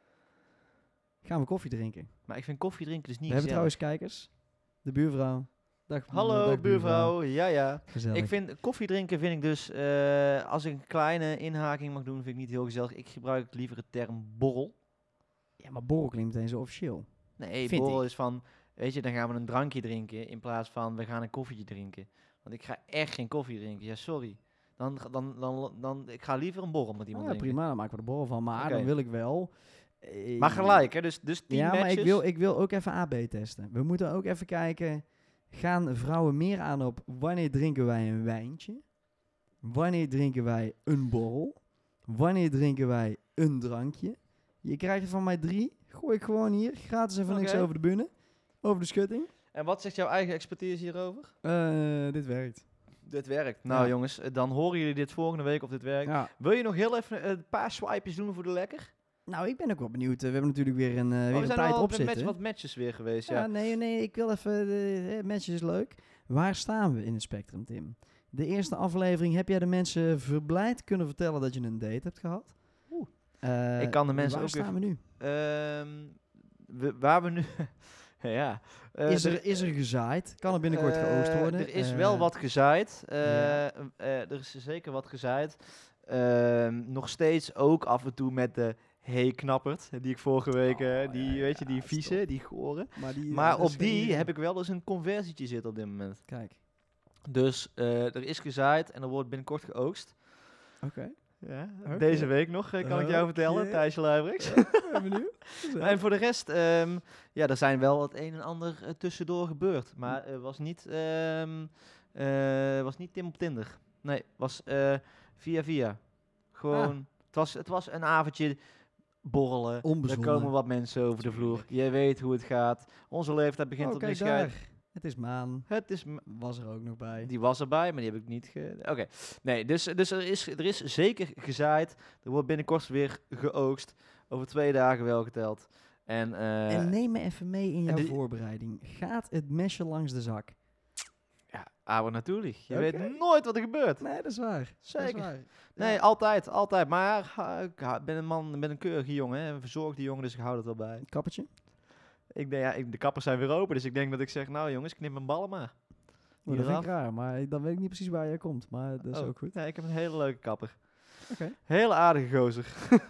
gaan we koffie drinken? Maar ik vind koffie drinken dus niet we hebben gezellig. trouwens kijkers. De buurvrouw. Dag, Hallo, dag, buurvrouw. Ja, ja. Gezellig. Ik vind koffie drinken vind ik dus... eh, als ik een kleine inhaking mag doen, vind ik niet heel gezellig. Ik gebruik liever de term borrel. Ja, maar borrel klinkt meteen zo officieel. Nee, Vind borrel ik. is van... Weet je, dan gaan we een drankje drinken in plaats van we gaan een koffietje drinken. Want ik ga echt geen koffie drinken. Ja, sorry. Dan, dan, dan, dan, ik ga liever een borrel met iemand Ah, drinken. prima, dan maken we er borrel van. Maar Oké. dan wil ik wel... eh, Maar gelijk, hè? Dus, dus tien Ja, matches. maar ik wil, ik wil ook even A B testen. We moeten ook even kijken... Gaan vrouwen meer aan op wanneer drinken wij een wijntje? Wanneer drinken wij een borrel? Wanneer drinken wij een drankje? Je krijgt er van mij drie. Gooi ik gewoon hier. Gratis even niks Oké. over de bühne. Over de schutting. En wat zegt jouw eigen expertise hierover? Eh, dit werkt. Dit werkt. Nou Ja. jongens, eh, dan horen jullie dit volgende week of dit werkt. Ja. Wil je nog heel even eh, een paar swipejes doen voor de lekker? Nou, ik ben ook wel benieuwd. Eh, we hebben natuurlijk weer een, eh, Oh, weer we een zijn tijd al op met zitten. wat matches weer geweest, ja. Ja, nee, nee, ik wil even... De uh, matches is leuk. Waar staan we in het spectrum, Tim? De eerste aflevering, heb jij de mensen verblijd kunnen vertellen dat je een date hebt gehad? Oeh. Eh, Ik kan de mensen waar ook weer- staan we nu? Ehm, we- waar we nu... ja. eh, Is er, is er gezaaid? Kan er binnenkort eh, geoost worden? Er is Eh, wel wat gezaaid. Eh, ja. eh, er is zeker wat gezaaid. Ehm, nog steeds ook af en toe met de hey knappert, die ik vorige week, eh, Oh, die, ja, weet je, ja, die vieze, stop. die gore. Maar, die, Maar dat is op die geen- heb ik wel eens een conversietje zitten op dit moment. Kijk, Dus eh, er is gezaaid en er wordt binnenkort geoogst. oké. Ja, Oké. deze week nog, eh, kan ik jou vertellen, Oké. Thijsje Luijbrechts. Ik ben benieuwd. En voor de rest, ehm, ja, er zijn wel het een en ander eh, tussendoor gebeurd. Maar het was niet, ehm, eh, was niet Tim op Tinder. Nee, was eh, via via. Gewoon, Ah. het, was, het was een avondje borrelen. Er Onbezonnen. komen wat mensen over de vloer. Jij weet hoe het gaat. Onze leeftijd begint Oh, op kijk de scheid. daar. Het is maan. Het is... m- Was er ook nog bij. Die was erbij, maar die heb ik niet ge... Oké. Nee, dus, dus er, is, er is zeker gezaaid. Er wordt binnenkort weer geoogst. Over twee dagen wel geteld. En, eh, En neem me even mee in jouw die- voorbereiding. Gaat het mesje langs de zak? ja, aber natuurlijk. Je Oké. weet nooit wat er gebeurt. Nee, dat is waar. Dat is Zeker. waar. Nee, Ja. altijd, altijd. Maar ha, ik ha- ben een man, ben een keurige jongen, hè, een verzorgde jongen, dus ik hou het wel bij. Kappertje? Ik denk, ja, ik, de kappers zijn weer open, dus ik denk dat ik zeg, nou jongens, knip mijn ballen maar. Oh, dat Hier vind af. ik raar, maar dan weet ik niet precies waar jij komt. Maar dat is Oh, ook goed. Ja, ik heb een hele leuke kapper. Oké. Hele aardige gozer.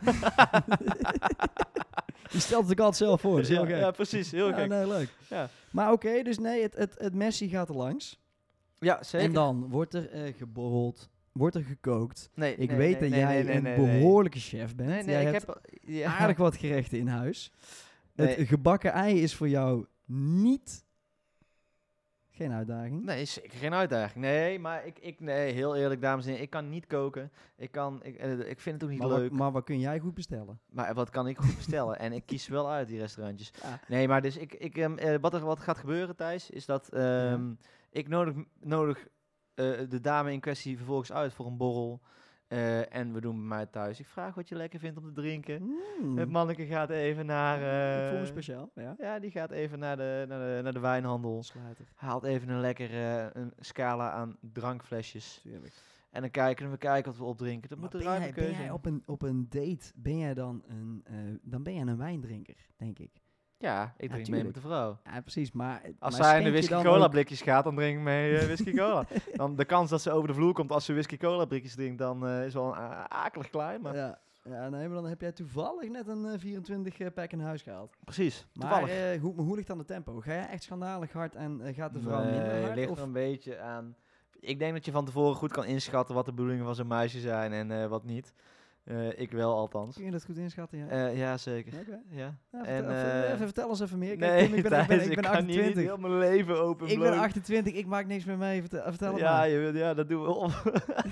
Je stelt het ook altijd zelf voor. Dat is heel ja, gek. ja, precies. Heel Ja, gek. nee, leuk. Ja. Maar oké, dus nee, het, het, het messie gaat er langs. Ja, zeker. En dan wordt er eh, geborreld, wordt er gekookt. Nee, Ik nee, weet nee, dat nee, jij nee, nee, een nee, nee. behoorlijke chef bent. Nee, nee, jij ik hebt heb... Ja. aardig wat gerechten in huis. Nee. Het gebakken ei is voor jou niet... Geen uitdaging. Nee, zeker geen uitdaging. Nee, maar ik, ik nee, heel eerlijk, dames en heren, ik kan niet koken. Ik, kan, ik, eh, ik vind het ook niet maar, leuk. Wat, maar wat kun jij goed bestellen? Maar wat kan ik goed bestellen? En ik kies wel uit, die restaurantjes. Ja. Nee, maar dus ik, ik, ehm, eh, wat er wat gaat gebeuren, Thijs, is dat ehm, Ja. ik nodig, nodig eh, de dame in kwestie vervolgens uit voor een borrel. Eh, en we doen bij mij thuis. Ik vraag wat je lekker vindt om te drinken. Mm. Het manneke gaat even naar... Ik voel me eh, speciaal. Ja. Ja, die gaat even naar de, naar de, naar de wijnhandel. Sluiter. Haalt even een lekkere een scala aan drankflesjes. Tuurlijk. En dan kijken we kijken wat we opdrinken. Dat Maar moet er ben, ruime jij, ben keuze jij in. op een, op een date, ben jij dan een, uh, dan ben jij een wijndrinker, denk ik. Ja, ik drink mee tuurlijk. met de vrouw. Ja, precies. Maar, Als maar zij in de schenk je whisky dan cola ook- blikjes gaat, dan drink ik mee eh, whisky cola. Dan de kans dat ze over de vloer komt als ze whisky cola blikjes drinkt, dan eh, is wel een a- akelig klein. Maar Ja, ja, nee, maar dan heb jij toevallig net een uh, vierentwintig uh, pack in huis gehaald. precies, Maar toevallig. uh, hoe, hoe ligt dan de tempo? Ga jij echt schandalig hard en uh, gaat de vrouw Nee, minder hard? ligt Of? er een beetje aan. Ik denk dat je van tevoren goed kan inschatten wat de bedoelingen van zo'n meisje zijn en eh, wat niet. Eh, ik wel althans. Kun je dat goed inschatten? Ja. Eh, ja, zeker. Oké. Ja. Ja, en, vertel, even, eh, even vertel eens even meer. Kijk, nee, Tim, ik ben, ik ben, Thijs, ik ben kan hier niet achtentwintig. heel mijn leven open Ik ben achtentwintig, ik maak niks meer mee. Vertel, vertel het ja, maar. je, wil- ja, dat doen we op.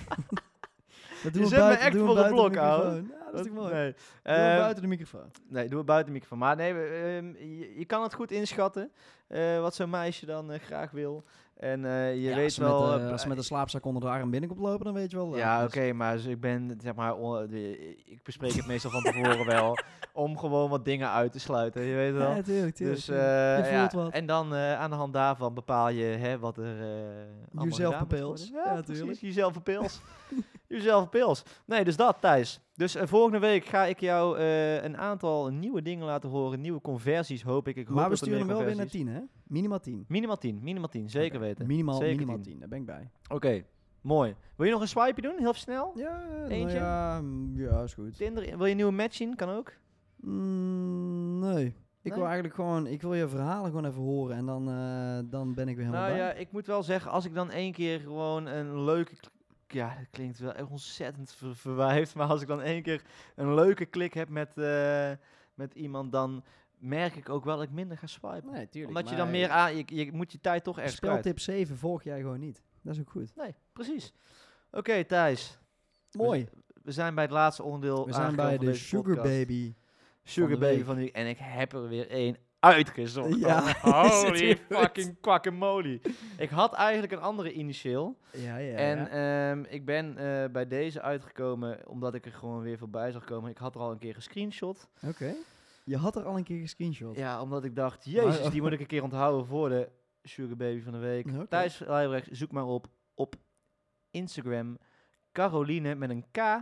Dat je doen we zet me buiten, echt doen we voor een buiten de blok, ouwe. microfoon. Ja, dat is toch mooi. Nee. Doen we Eh, buiten de microfoon. Nee, doe het buiten de microfoon. Maar nee, we, ehm, je, je kan het goed inschatten eh, wat zo'n meisje dan eh, graag wil. En eh, je Ja, weet als ze wel... Met, uh, eh, als ze met een slaapzak onder de arm binnenkomt lopen, dan weet je wel. ja, uh, oké, dus- maar dus ik ben, zeg maar, on- de- ik bespreek het meestal van tevoren wel, om gewoon wat dingen uit te sluiten, je weet wel. Ja, tuurlijk, tuurlijk. Dus tuurlijk. eh, Je voelt ja, wat. en dan eh, aan de hand daarvan bepaal je hè, wat er uh, Jezelf verpils. Ja, Ja, precies, tuurlijk. jezelf verpils. jezelf verpils. Nee, dus dat, Thijs. Dus uh, volgende week ga ik jou uh, een aantal nieuwe dingen laten horen, nieuwe conversies hoop ik. ik hoop Maar we dat er sturen hem meer wel weer naar conversies- tien, hè? Minimaal tien. Minimaal tien, minimaal tien, zeker Oké. weten. Minimaal, Zeker minimaal tien. tien, daar ben ik bij. Oké, mooi. Wil je nog een swipe doen, heel snel? Ja, nou Eentje? ja, mm, ja, is goed. Tinder, wil je een nieuwe match zien? Kan ook. Mm, nee. Ik Nee? wil eigenlijk gewoon, ik wil je verhalen gewoon even horen en dan, uh, dan ben ik weer helemaal Nou bij. ja, ik moet wel zeggen, als ik dan één keer gewoon een leuke... kl- Ja, dat klinkt wel echt ontzettend ver verwijfd, maar als ik dan één keer een leuke klik heb met, uh, met iemand, dan merk ik ook wel dat ik minder ga swipen. Nee, tuurlijk. Omdat je maar dan meer aan... Je, je moet je tijd toch ergens kwijt. Speltip zeven volg jij gewoon niet. Dat is ook goed. Nee, precies. Oké, okay, Thijs. Mooi. We, we zijn bij het laatste onderdeel We zijn aangekomen bij van de deze Sugar podcast. Baby. Sugar van de Baby week. van die. En ik heb er weer één uitgezocht. Ja, Oh, is het holy weer goed? fucking guacamole. Ik had eigenlijk een andere initieel. Ja, ja, en ja. ehm, ik ben uh, bij deze uitgekomen omdat ik er gewoon weer voorbij zag komen. Ik had er al een keer gescreenshot. Oké. Okay. Je had er al een keer gescreenshot. Ja, omdat ik dacht, jezus, Maar- die moet ik een keer onthouden voor de Sugar Baby van de week. Oké. Thijs Leibrecht, zoek maar op op Instagram. Caroline met een K.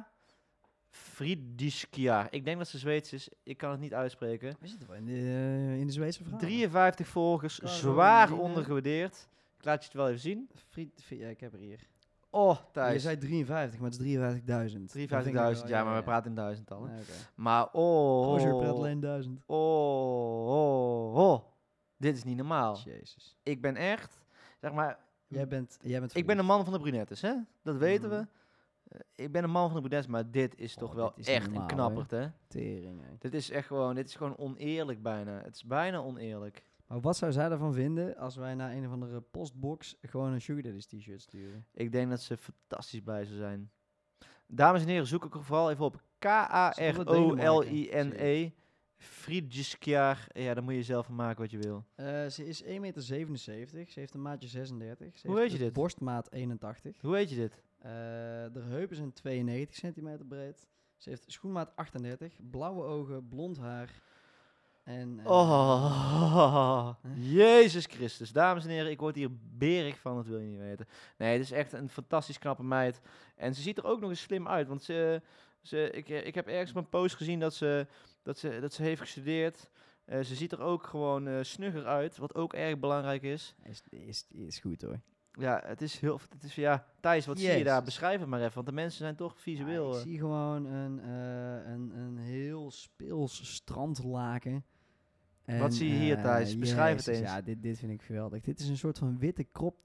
Friediskia. Ik denk dat ze Zweeds is. Ik kan het niet uitspreken. We zitten wel in de, uh, in de Zweedse verhaal. drieënvijftig volgers, Caroline. zwaar ondergewaardeerd. Ik laat je het wel even zien. Fried, Fried- ja, ik heb er hier. Oh, Je Thijs. zei drieënvijftig, maar het is drieënvijftigduizend. drieënvijftigduizend, ja, maar we praten in duizendtallen. Nee, okay. Maar oh, Gozer praat alleen duizend. oh, oh, oh. Dit is niet normaal. Jezus. Ik ben echt, zeg maar, Jij bent, jij bent ik ben een man van de brunettes, hè? Dat weten Mm. we. Uh, ik ben een man van de brunettes, maar dit is Oh, toch wel dit is niet echt een normaal, knappert, hè? tering, hè. Dit is echt gewoon, dit is gewoon oneerlijk bijna. Het is bijna oneerlijk. Maar wat zou zij ervan vinden als wij naar een of andere postbox gewoon een Sugar Daddy's t-shirt sturen? Ik denk dat ze fantastisch blij zou zijn. Dames en heren, zoek ik er vooral even op. K A R O L I N E. Friedjiskjaar. Ja, daar moet je zelf van maken wat je wil. Uh, ze is één komma zevenenzeventig meter. Ze heeft een maatje zesendertig. Ze Hoe heeft weet je een dit? borstmaat eenentachtig. Hoe weet je dit? Uh, de heupen zijn tweeënnegentig centimeter breed. Ze heeft schoenmaat achtendertig. Blauwe ogen, blond haar. En, uh, Oh, Jezus Christus. Dames en heren, ik word hier berig van, dat wil je niet weten. Nee, het is echt een fantastisch knappe meid. En ze ziet er ook nog eens slim uit. Want ze, ze, ik, ik heb ergens op een post gezien dat ze, dat ze, dat ze heeft gestudeerd. Uh, ze ziet er ook gewoon uh, snugger uit, wat ook erg belangrijk is. Is, is, is goed hoor. Ja, het is heel... Het is, ja, Thijs, wat zie je Yes. daar? Beschrijf het maar even, want de mensen zijn toch visueel. Ja, ik uh. zie gewoon een, uh, een, een heel speels strandlaken. En, Wat zie je hier, uh, Thijs? Beschrijf het jezus, eens. Ja, dit, dit vind ik geweldig. Dit is een soort van witte crop top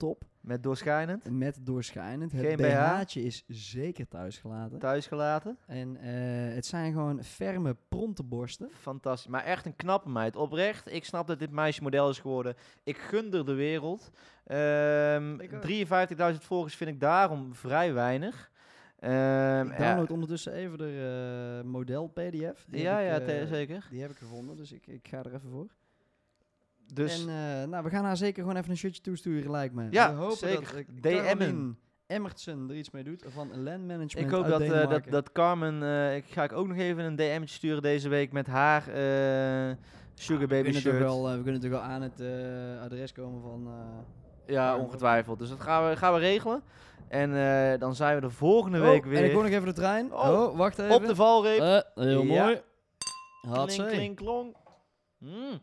Met doorschijnend. Met doorschijnend. Het Geen B B H. H'tje is zeker thuis gelaten. Thuis gelaten. En uh, het zijn gewoon ferme, pronte borsten. Fantastisch. Maar echt een knappe meid. Oprecht. Ik snap dat dit meisje model is geworden. Ik gun er de wereld. Um, drieënvijftigduizend volgers vind ik daarom vrij weinig. Um, ik download ja. ondertussen even de uh, model P D F. Die ja, ik, ja, uh, te- zeker. Die heb ik gevonden, dus ik, ik ga er even voor. Dus en uh, nou, we gaan haar zeker gewoon even een shirtje toesturen, lijkt me. Ja, we hopen zeker. dat D M'en. Caroline Emmertsen er iets mee doet van Land Management. Ik hoop uit dat, uh, Denemarken. dat, dat Carmen, uh, ik ga ik ook nog even een D M'tje sturen deze week met haar uh, Sugar Baby we shirt. Wel, uh, we kunnen toch wel aan het uh, adres komen van... Uh, ja, ongetwijfeld. Dus dat gaan we, gaan we regelen. En uh, dan zijn we de volgende oh, week weer... En ik hoor nog even de trein. Oh, oh wacht even. Op de valreep. Uh, heel ja. mooi. Klink, klink, klonk. Mm.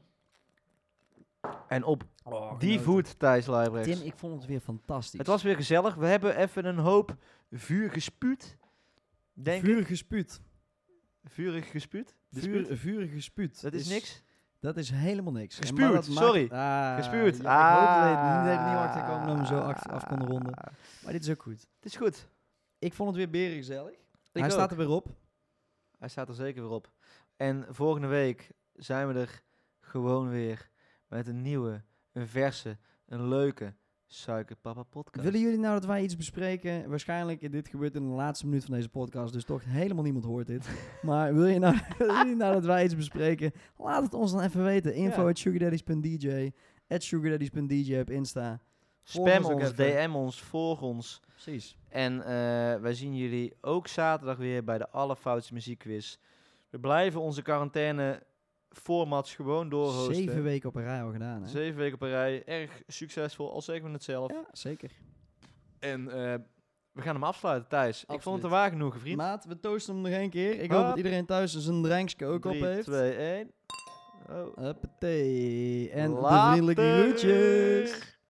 En op oh, die genoten. voet, Thijs Leibrechts. Tim, ik vond het weer fantastisch. Het was weer gezellig. We hebben even een hoop vuur gespuut. Denk vuur gespuut. Vurig gespuut? Vuur, vurig gespuut. Dat is, is niks? Dat is helemaal niks. Gespuwd, maakt, sorry. Ah, Gespuwd. Ja, ik hoop dat ah. niet dat ik niet achter kwam dat we zo af, af konden ronden. Maar dit is ook goed. Het is goed. Ik vond het weer berengezellig. Hij ook. staat er weer op. Hij staat er zeker weer op. En volgende week zijn we er gewoon weer met een nieuwe, een verse, een leuke Suikerpapa podcast. Willen jullie nou dat wij iets bespreken? Waarschijnlijk, dit gebeurt in de laatste minuut van deze podcast, dus toch helemaal niemand hoort dit. Maar wil je nou, wil je nou dat wij iets bespreken? Laat het ons dan even weten. Info Ja. at sugardaddies punt d j, at sugardaddies punt d j op Insta. Volg Spam ook ons, even. D M ons, volg ons. Precies. En uh, wij zien jullie ook zaterdag weer bij de Allerfoutste Muziekquiz. We blijven onze quarantaine formats gewoon doorhosten. Zeven weken op een rij al gedaan, hè? Zeven weken op een rij. Erg succesvol, al zeggen we het zelf. Ja, zeker. En uh, we gaan hem afsluiten, Thijs. Absoluut. Ik vond het een waar genoegen, vriend. Maat, we toosten hem nog één keer. Ik Hop. hoop dat iedereen thuis zijn drankje ook op drie, heeft. twee, één. Oh. Huppatee. En Later. de vriendelijke groetjes.